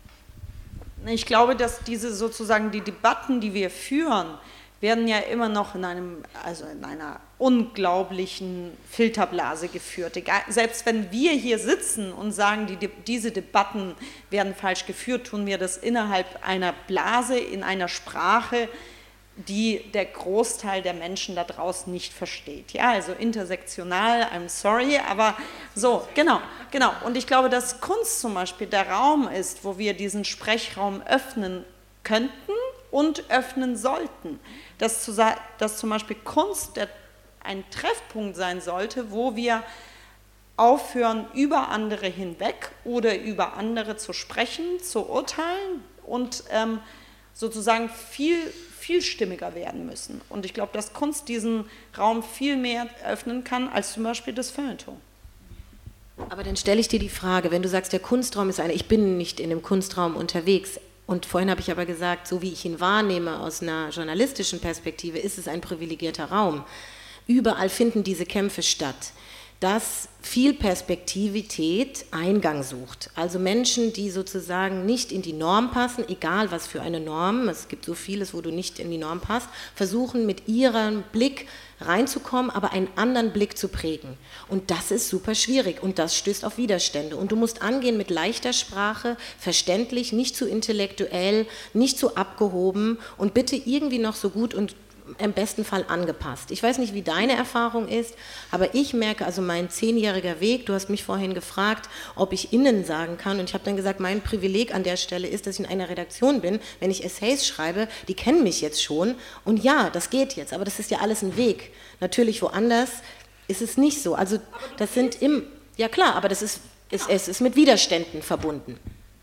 S15: Ich glaube, dass diese sozusagen die Debatten, die wir führen, werden ja immer noch in einer unglaublichen Filterblase geführt. Selbst wenn wir hier sitzen und sagen, diese Debatten werden falsch geführt, tun wir das innerhalb einer Blase, in einer Sprache, die der Großteil der Menschen da draußen nicht versteht. Ja, also intersektional, I'm sorry, aber so, genau. Und ich glaube, dass Kunst zum Beispiel der Raum ist, wo wir diesen Sprechraum öffnen könnten und öffnen sollten. Dass zum Beispiel Kunst ein Treffpunkt sein sollte, wo wir aufhören, über andere hinweg oder über andere zu sprechen, zu urteilen und sozusagen vielstimmiger werden müssen. Und ich glaube, dass Kunst diesen Raum viel mehr öffnen kann, als zum Beispiel das Feuilleton.
S16: Aber dann stelle ich dir die Frage, wenn du sagst, der Kunstraum ist ich bin nicht in dem Kunstraum unterwegs, und vorhin habe ich aber gesagt, so wie ich ihn wahrnehme aus einer journalistischen Perspektive, ist es ein privilegierter Raum. Überall finden diese Kämpfe statt, dass viel Perspektivität Eingang sucht. Also Menschen, die sozusagen nicht in die Norm passen, egal was für eine Norm, es gibt so vieles, wo du nicht in die Norm passt, versuchen mit ihrem Blick reinzukommen, aber einen anderen Blick zu prägen. Und das ist super schwierig und das stößt auf Widerstände. Und du musst angehen mit leichter Sprache, verständlich, nicht zu intellektuell, nicht zu abgehoben und bitte irgendwie noch so gut und im besten Fall angepasst. Ich weiß nicht, wie deine Erfahrung ist, aber ich merke, also mein 10-jähriger Weg, du hast mich vorhin gefragt, ob ich innen sagen kann, und ich habe dann gesagt, mein Privileg an der Stelle ist, dass ich in einer Redaktion bin, wenn ich Essays schreibe, die kennen mich jetzt schon und ja, das geht jetzt, aber das ist ja alles ein Weg. Natürlich woanders ist es nicht so. Also das sind ja klar, aber es ist mit Widerständen verbunden.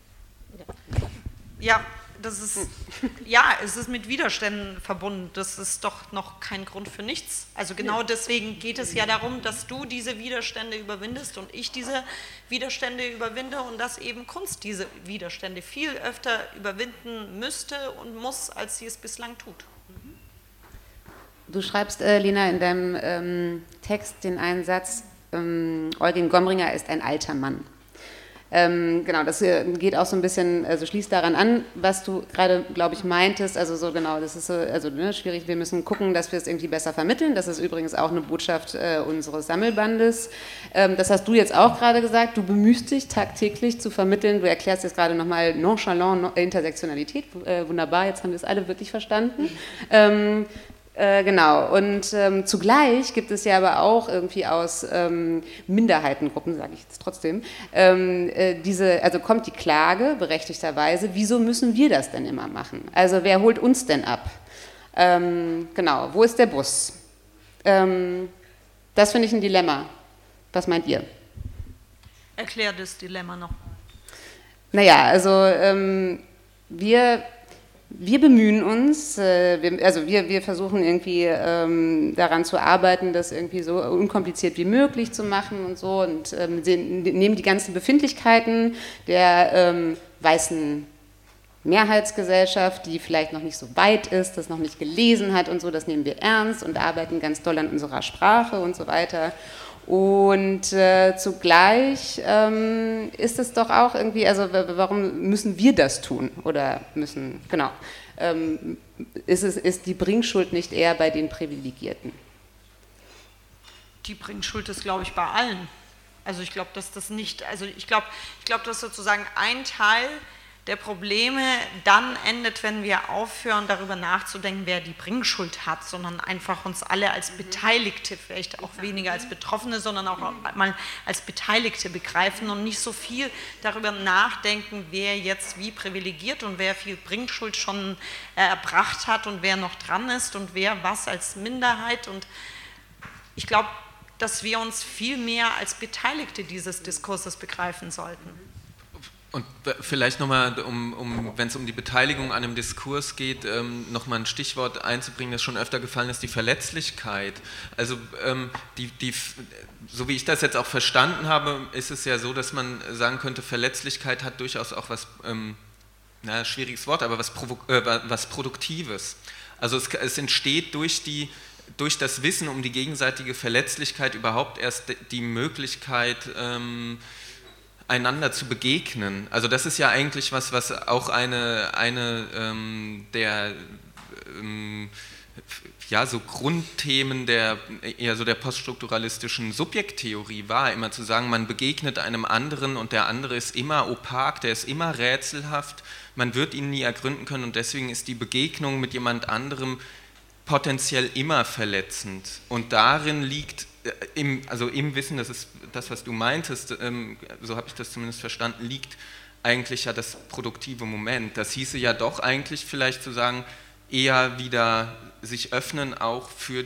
S15: Ja, es ist mit Widerständen verbunden. Das ist doch noch kein Grund für nichts. Also genau deswegen geht es ja darum, dass du diese Widerstände überwindest und ich diese Widerstände überwinde und dass eben Kunst diese Widerstände viel öfter überwinden müsste und muss, als sie es bislang tut.
S2: Du schreibst, Lena, in deinem Text den einen Satz, Eugen Gomringer ist ein alter Mann. Genau, das geht auch so ein bisschen, also schließt daran an, was du gerade, glaube ich, meintest, also so genau, das ist so, also schwierig, wir müssen gucken, dass wir es irgendwie besser vermitteln, das ist übrigens auch eine Botschaft unseres Sammelbandes, das hast du jetzt auch gerade gesagt, du bemühst dich tagtäglich zu vermitteln, du erklärst jetzt gerade nochmal nonchalant Intersektionalität, wunderbar, jetzt haben wir es alle wirklich verstanden. Genau, und zugleich gibt es ja aber auch irgendwie aus Minderheitengruppen, sage ich jetzt trotzdem, also kommt die Klage berechtigterweise, wieso müssen wir das denn immer machen? Also wer holt uns denn ab? Genau, wo ist der Bus? Das finde ich ein Dilemma. Was meint ihr?
S15: Erklär das Dilemma noch.
S2: Naja, also wir bemühen uns, wir versuchen irgendwie daran zu arbeiten, das irgendwie so unkompliziert wie möglich zu machen und so und nehmen die ganzen Befindlichkeiten der weißen Mehrheitsgesellschaft, die vielleicht noch nicht so weit ist, das noch nicht gelesen hat und so, das nehmen wir ernst und arbeiten ganz doll an unserer Sprache und so weiter. Und zugleich ist es doch auch irgendwie, also warum müssen wir das tun? Oder ist die Bringschuld nicht eher bei den Privilegierten?
S15: Die Bringschuld ist, glaube ich, bei allen. Also ich glaube, dass das nicht, also ich glaube, dass sozusagen ein Teil der Probleme dann endet, wenn wir aufhören, darüber nachzudenken, wer die Bringschuld hat, sondern einfach uns alle als Beteiligte, vielleicht auch weniger als Betroffene, sondern auch mal als Beteiligte begreifen und nicht so viel darüber nachdenken, wer jetzt wie privilegiert und wer viel Bringschuld schon erbracht hat und wer noch dran ist und wer was als Minderheit. Und ich glaube, dass wir uns viel mehr als Beteiligte dieses Diskurses begreifen sollten.
S1: Und vielleicht nochmal, wenn es um die Beteiligung an einem Diskurs geht, nochmal ein Stichwort einzubringen, das schon öfter gefallen ist, die Verletzlichkeit. Also so wie ich das jetzt auch verstanden habe, ist es ja so, dass man sagen könnte, Verletzlichkeit hat durchaus auch was, schwieriges Wort, aber was Produktives. Also es entsteht durch das Wissen um die gegenseitige Verletzlichkeit überhaupt erst die Möglichkeit, einander zu begegnen. Also das ist ja eigentlich was auch eine der so Grundthemen der poststrukturalistischen Subjekttheorie war, immer zu sagen, man begegnet einem anderen und der andere ist immer opak, der ist immer rätselhaft, man wird ihn nie ergründen können und deswegen ist die Begegnung mit jemand anderem potenziell immer verletzend. Und darin liegt im Wissen, das ist das, was du meintest, so habe ich das zumindest verstanden, liegt eigentlich ja das produktive Moment. Das hieße ja doch eigentlich vielleicht zu sagen, eher wieder sich öffnen auch für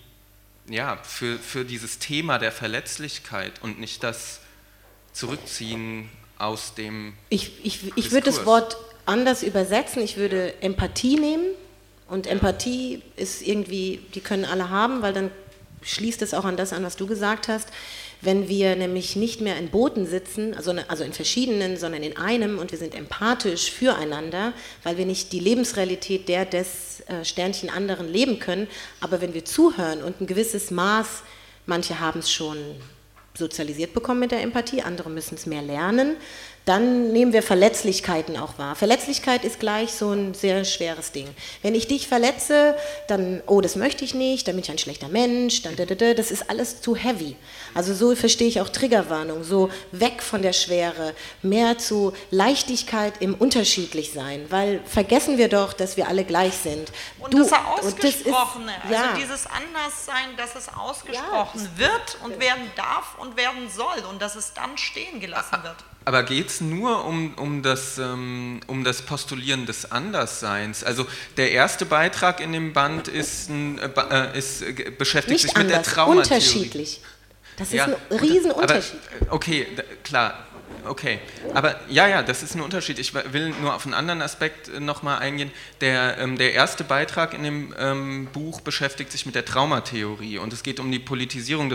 S1: für dieses Thema der Verletzlichkeit und nicht das Zurückziehen aus dem
S16: Ich würde das Wort anders übersetzen, ich würde Empathie nehmen und Empathie ist irgendwie, die können alle haben, weil dann schließt es auch an das an, was du gesagt hast. Wenn wir nämlich nicht mehr in Booten sitzen, also in verschiedenen, sondern in einem und wir sind empathisch füreinander, weil wir nicht die Lebensrealität des Sternchen anderen leben können, aber wenn wir zuhören und ein gewisses Maß, manche haben es schon sozialisiert bekommen mit der Empathie, andere müssen es mehr lernen, dann nehmen wir Verletzlichkeiten auch wahr. Verletzlichkeit ist gleich so ein sehr schweres Ding. Wenn ich dich verletze, dann, oh, das möchte ich nicht, dann bin ich ein schlechter Mensch, dann, das ist alles zu heavy. Also so verstehe ich auch Triggerwarnung, so weg von der Schwere, mehr zu Leichtigkeit im Unterschiedlichsein, weil vergessen wir doch, dass wir alle gleich sind.
S15: Und das Ausgesprochene,
S16: ja.
S15: also dieses Anderssein, dass es ausgesprochen wird und werden darf und werden soll und dass es dann stehen gelassen wird.
S1: Aber geht es nur um das Postulieren des Andersseins? Also der erste Beitrag in dem Band beschäftigt sich mit der Traumatheorie.
S16: Unterschiedlich. Das ist ein Riesenunterschied.
S1: Okay, klar. Okay, aber ja, das ist ein Unterschied. Ich will nur auf einen anderen Aspekt nochmal eingehen. Der erste Beitrag in dem Buch beschäftigt sich mit der Traumatheorie und es geht um die Politisierung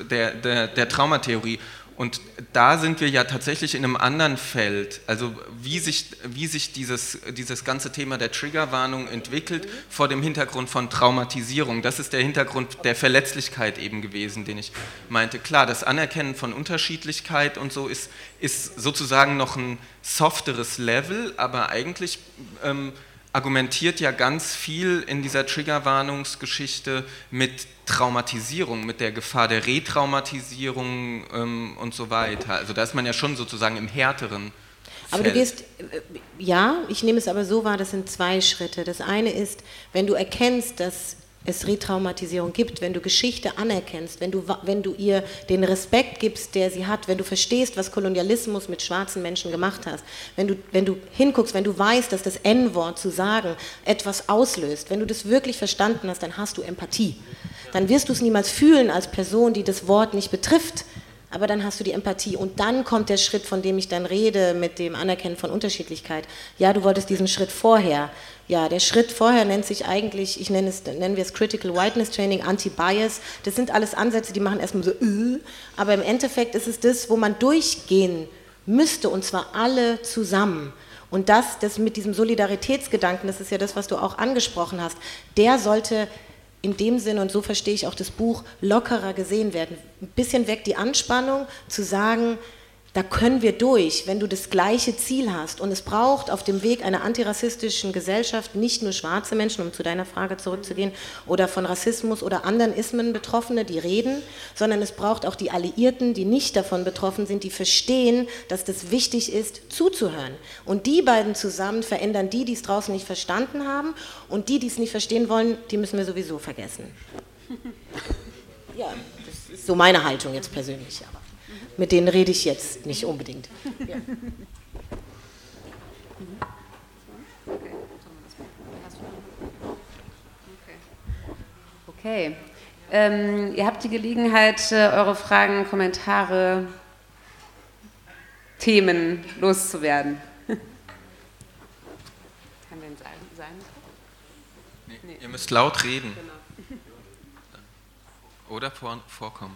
S1: der Traumatheorie. Und da sind wir ja tatsächlich in einem anderen Feld, also wie sich dieses ganze Thema der Triggerwarnung entwickelt vor dem Hintergrund von Traumatisierung. Das ist der Hintergrund der Verletzlichkeit eben gewesen, den ich meinte. Klar, das Anerkennen von Unterschiedlichkeit und so ist sozusagen noch ein softeres Level, aber eigentlich argumentiert ja ganz viel in dieser Triggerwarnungsgeschichte mit Traumatisierung, mit der Gefahr der Retraumatisierung und so weiter. Also da ist man ja schon sozusagen im härteren
S16: Aber
S1: Feld.
S16: du gehst, ich nehme es aber so wahr, das sind zwei Schritte. Das eine ist, wenn du erkennst, dass es Retraumatisierung gibt, wenn du Geschichte anerkennst, wenn du ihr den Respekt gibst, der sie hat, wenn du verstehst, was Kolonialismus mit schwarzen Menschen gemacht hat, wenn du hinguckst, wenn du weißt, dass das N-Wort zu sagen etwas auslöst, wenn du das wirklich verstanden hast, dann hast du Empathie. Dann wirst du es niemals fühlen als Person, die das Wort nicht betrifft, aber dann hast du die Empathie und dann kommt der Schritt, von dem ich dann rede, mit dem Anerkennen von Unterschiedlichkeit. Ja, du wolltest diesen Schritt vorher. Ja, der Schritt vorher nennt sich eigentlich, nennen wir es Critical Whiteness Training, Anti-Bias. Das sind alles Ansätze, die machen erstmal so, aber im Endeffekt ist es das, wo man durchgehen müsste und zwar alle zusammen. Und das mit diesem Solidaritätsgedanken, das ist ja das, was du auch angesprochen hast, der sollte in dem Sinne, und so verstehe ich auch das Buch, lockerer gesehen werden. Ein bisschen weg die Anspannung, zu sagen, da können wir durch, wenn du das gleiche Ziel hast. Und es braucht auf dem Weg einer antirassistischen Gesellschaft nicht nur schwarze Menschen, um zu deiner Frage zurückzugehen, oder von Rassismus oder anderen Ismen Betroffene, die reden, sondern es braucht auch die Alliierten, die nicht davon betroffen sind, die verstehen, dass das wichtig ist, zuzuhören. Und die beiden zusammen verändern die es draußen nicht verstanden haben, und die es nicht verstehen wollen, die müssen wir sowieso vergessen. Ja, das ist so meine Haltung jetzt persönlich, aber mit denen rede ich jetzt nicht unbedingt. Ja.
S2: Okay. Ihr habt die Gelegenheit, eure Fragen, Kommentare, Themen loszuwerden. Kann denn sein?
S1: Nee. Ihr müsst laut reden. Genau. Oder vorkommen.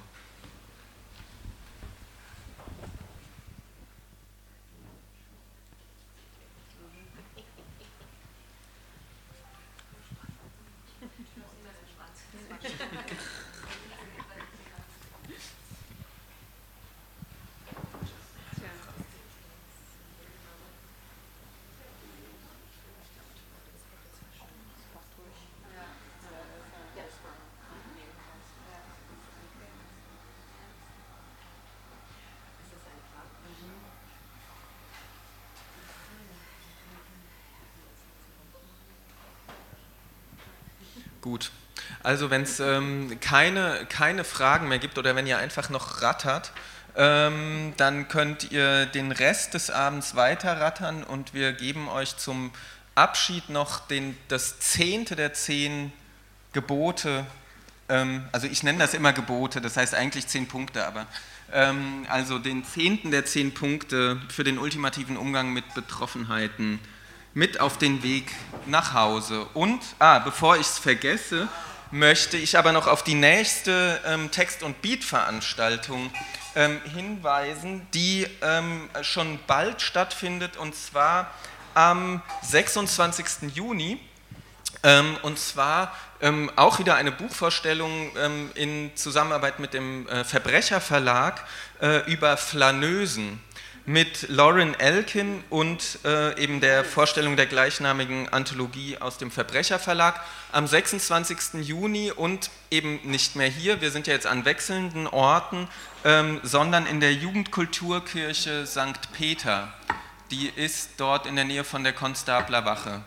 S1: Gut, also wenn es keine Fragen mehr gibt oder wenn ihr einfach noch rattert, dann könnt ihr den Rest des Abends weiter rattern und wir geben euch zum Abschied noch das 10. der 10 Gebote, also ich nenne das immer Gebote, das heißt eigentlich 10 Punkte, aber also den 10. der 10 Punkte für den ultimativen Umgang mit Betroffenheiten mit auf den Weg nach Hause. Und, bevor ich es vergesse, möchte ich aber noch auf die nächste Text- und Beat-Veranstaltung hinweisen, die schon bald stattfindet, und zwar am 26. Juni. Und zwar auch wieder eine Buchvorstellung in Zusammenarbeit mit dem Verbrecherverlag über Flaneusen mit Lauren Elkin und eben der Vorstellung der gleichnamigen Anthologie aus dem Verbrecherverlag am 26. Juni und eben nicht mehr hier, wir sind ja jetzt an wechselnden Orten, sondern in der Jugendkulturkirche St. Peter. Die ist dort in der Nähe von der Konstabler Wache.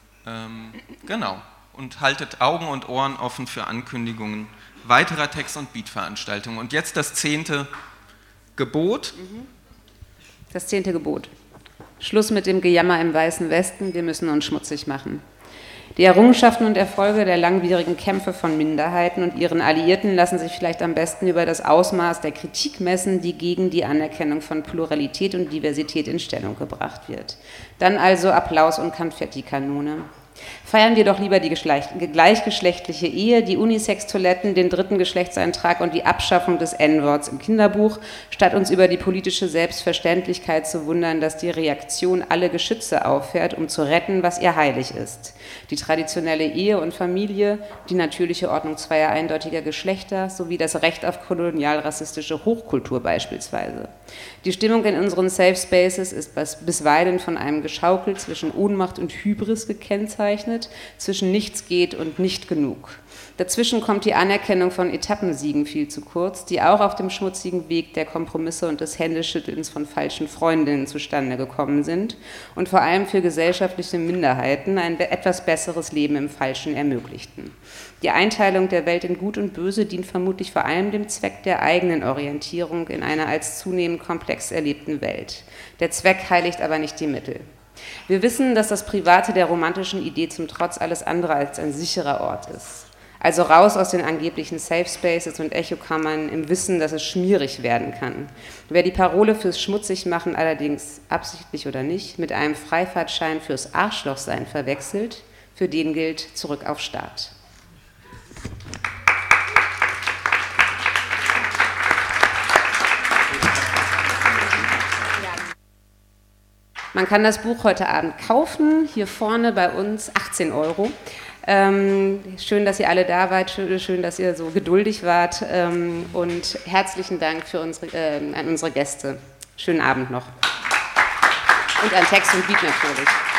S1: Genau. Und haltet Augen und Ohren offen für Ankündigungen weiterer Text- und Beat-Veranstaltungen. Und jetzt das 10. Gebot.
S2: Das 10. Gebot. Schluss mit dem Gejammer im Weißen Westen, wir müssen uns schmutzig machen. Die Errungenschaften und Erfolge der langwierigen Kämpfe von Minderheiten und ihren Alliierten lassen sich vielleicht am besten über das Ausmaß der Kritik messen, die gegen die Anerkennung von Pluralität und Diversität in Stellung gebracht wird. Dann also Applaus und Konfettikanone. Feiern wir doch lieber die gleichgeschlechtliche Ehe, die Unisex-Toiletten, den 3. Geschlechtseintrag und die Abschaffung des N-Worts im Kinderbuch, statt uns über die politische Selbstverständlichkeit zu wundern, dass die Reaktion alle Geschütze auffährt, um zu retten, was ihr heilig ist. Die traditionelle Ehe und Familie, die natürliche Ordnung zweier eindeutiger Geschlechter sowie das Recht auf kolonialrassistische Hochkultur beispielsweise. Die Stimmung in unseren Safe Spaces ist bisweilen von einem Geschaukel zwischen Ohnmacht und Hybris gekennzeichnet, zwischen nichts geht und nicht genug. Dazwischen kommt die Anerkennung von Etappensiegen viel zu kurz, die auch auf dem schmutzigen Weg der Kompromisse und des Händeschüttelns von falschen Freundinnen zustande gekommen sind und vor allem für gesellschaftliche Minderheiten ein etwas besseres Leben im Falschen ermöglichten. Die Einteilung der Welt in Gut und Böse dient vermutlich vor allem dem Zweck der eigenen Orientierung in einer als zunehmend komplex erlebten Welt. Der Zweck heiligt aber nicht die Mittel. Wir wissen, dass das Private der romantischen Idee zum Trotz alles andere als ein sicherer Ort ist. Also raus aus den angeblichen Safe Spaces und Echokammern im Wissen, dass es schmierig werden kann. Wer die Parole fürs Schmutzigmachen allerdings, absichtlich oder nicht, mit einem Freifahrtschein fürs Arschlochsein verwechselt, für den gilt zurück auf Start. Man kann das Buch heute Abend kaufen, hier vorne bei uns 18 €. Schön, dass ihr alle da wart, schön, dass ihr so geduldig wart und herzlichen Dank für an unsere Gäste. Schönen Abend noch. Und an Text und Beat natürlich.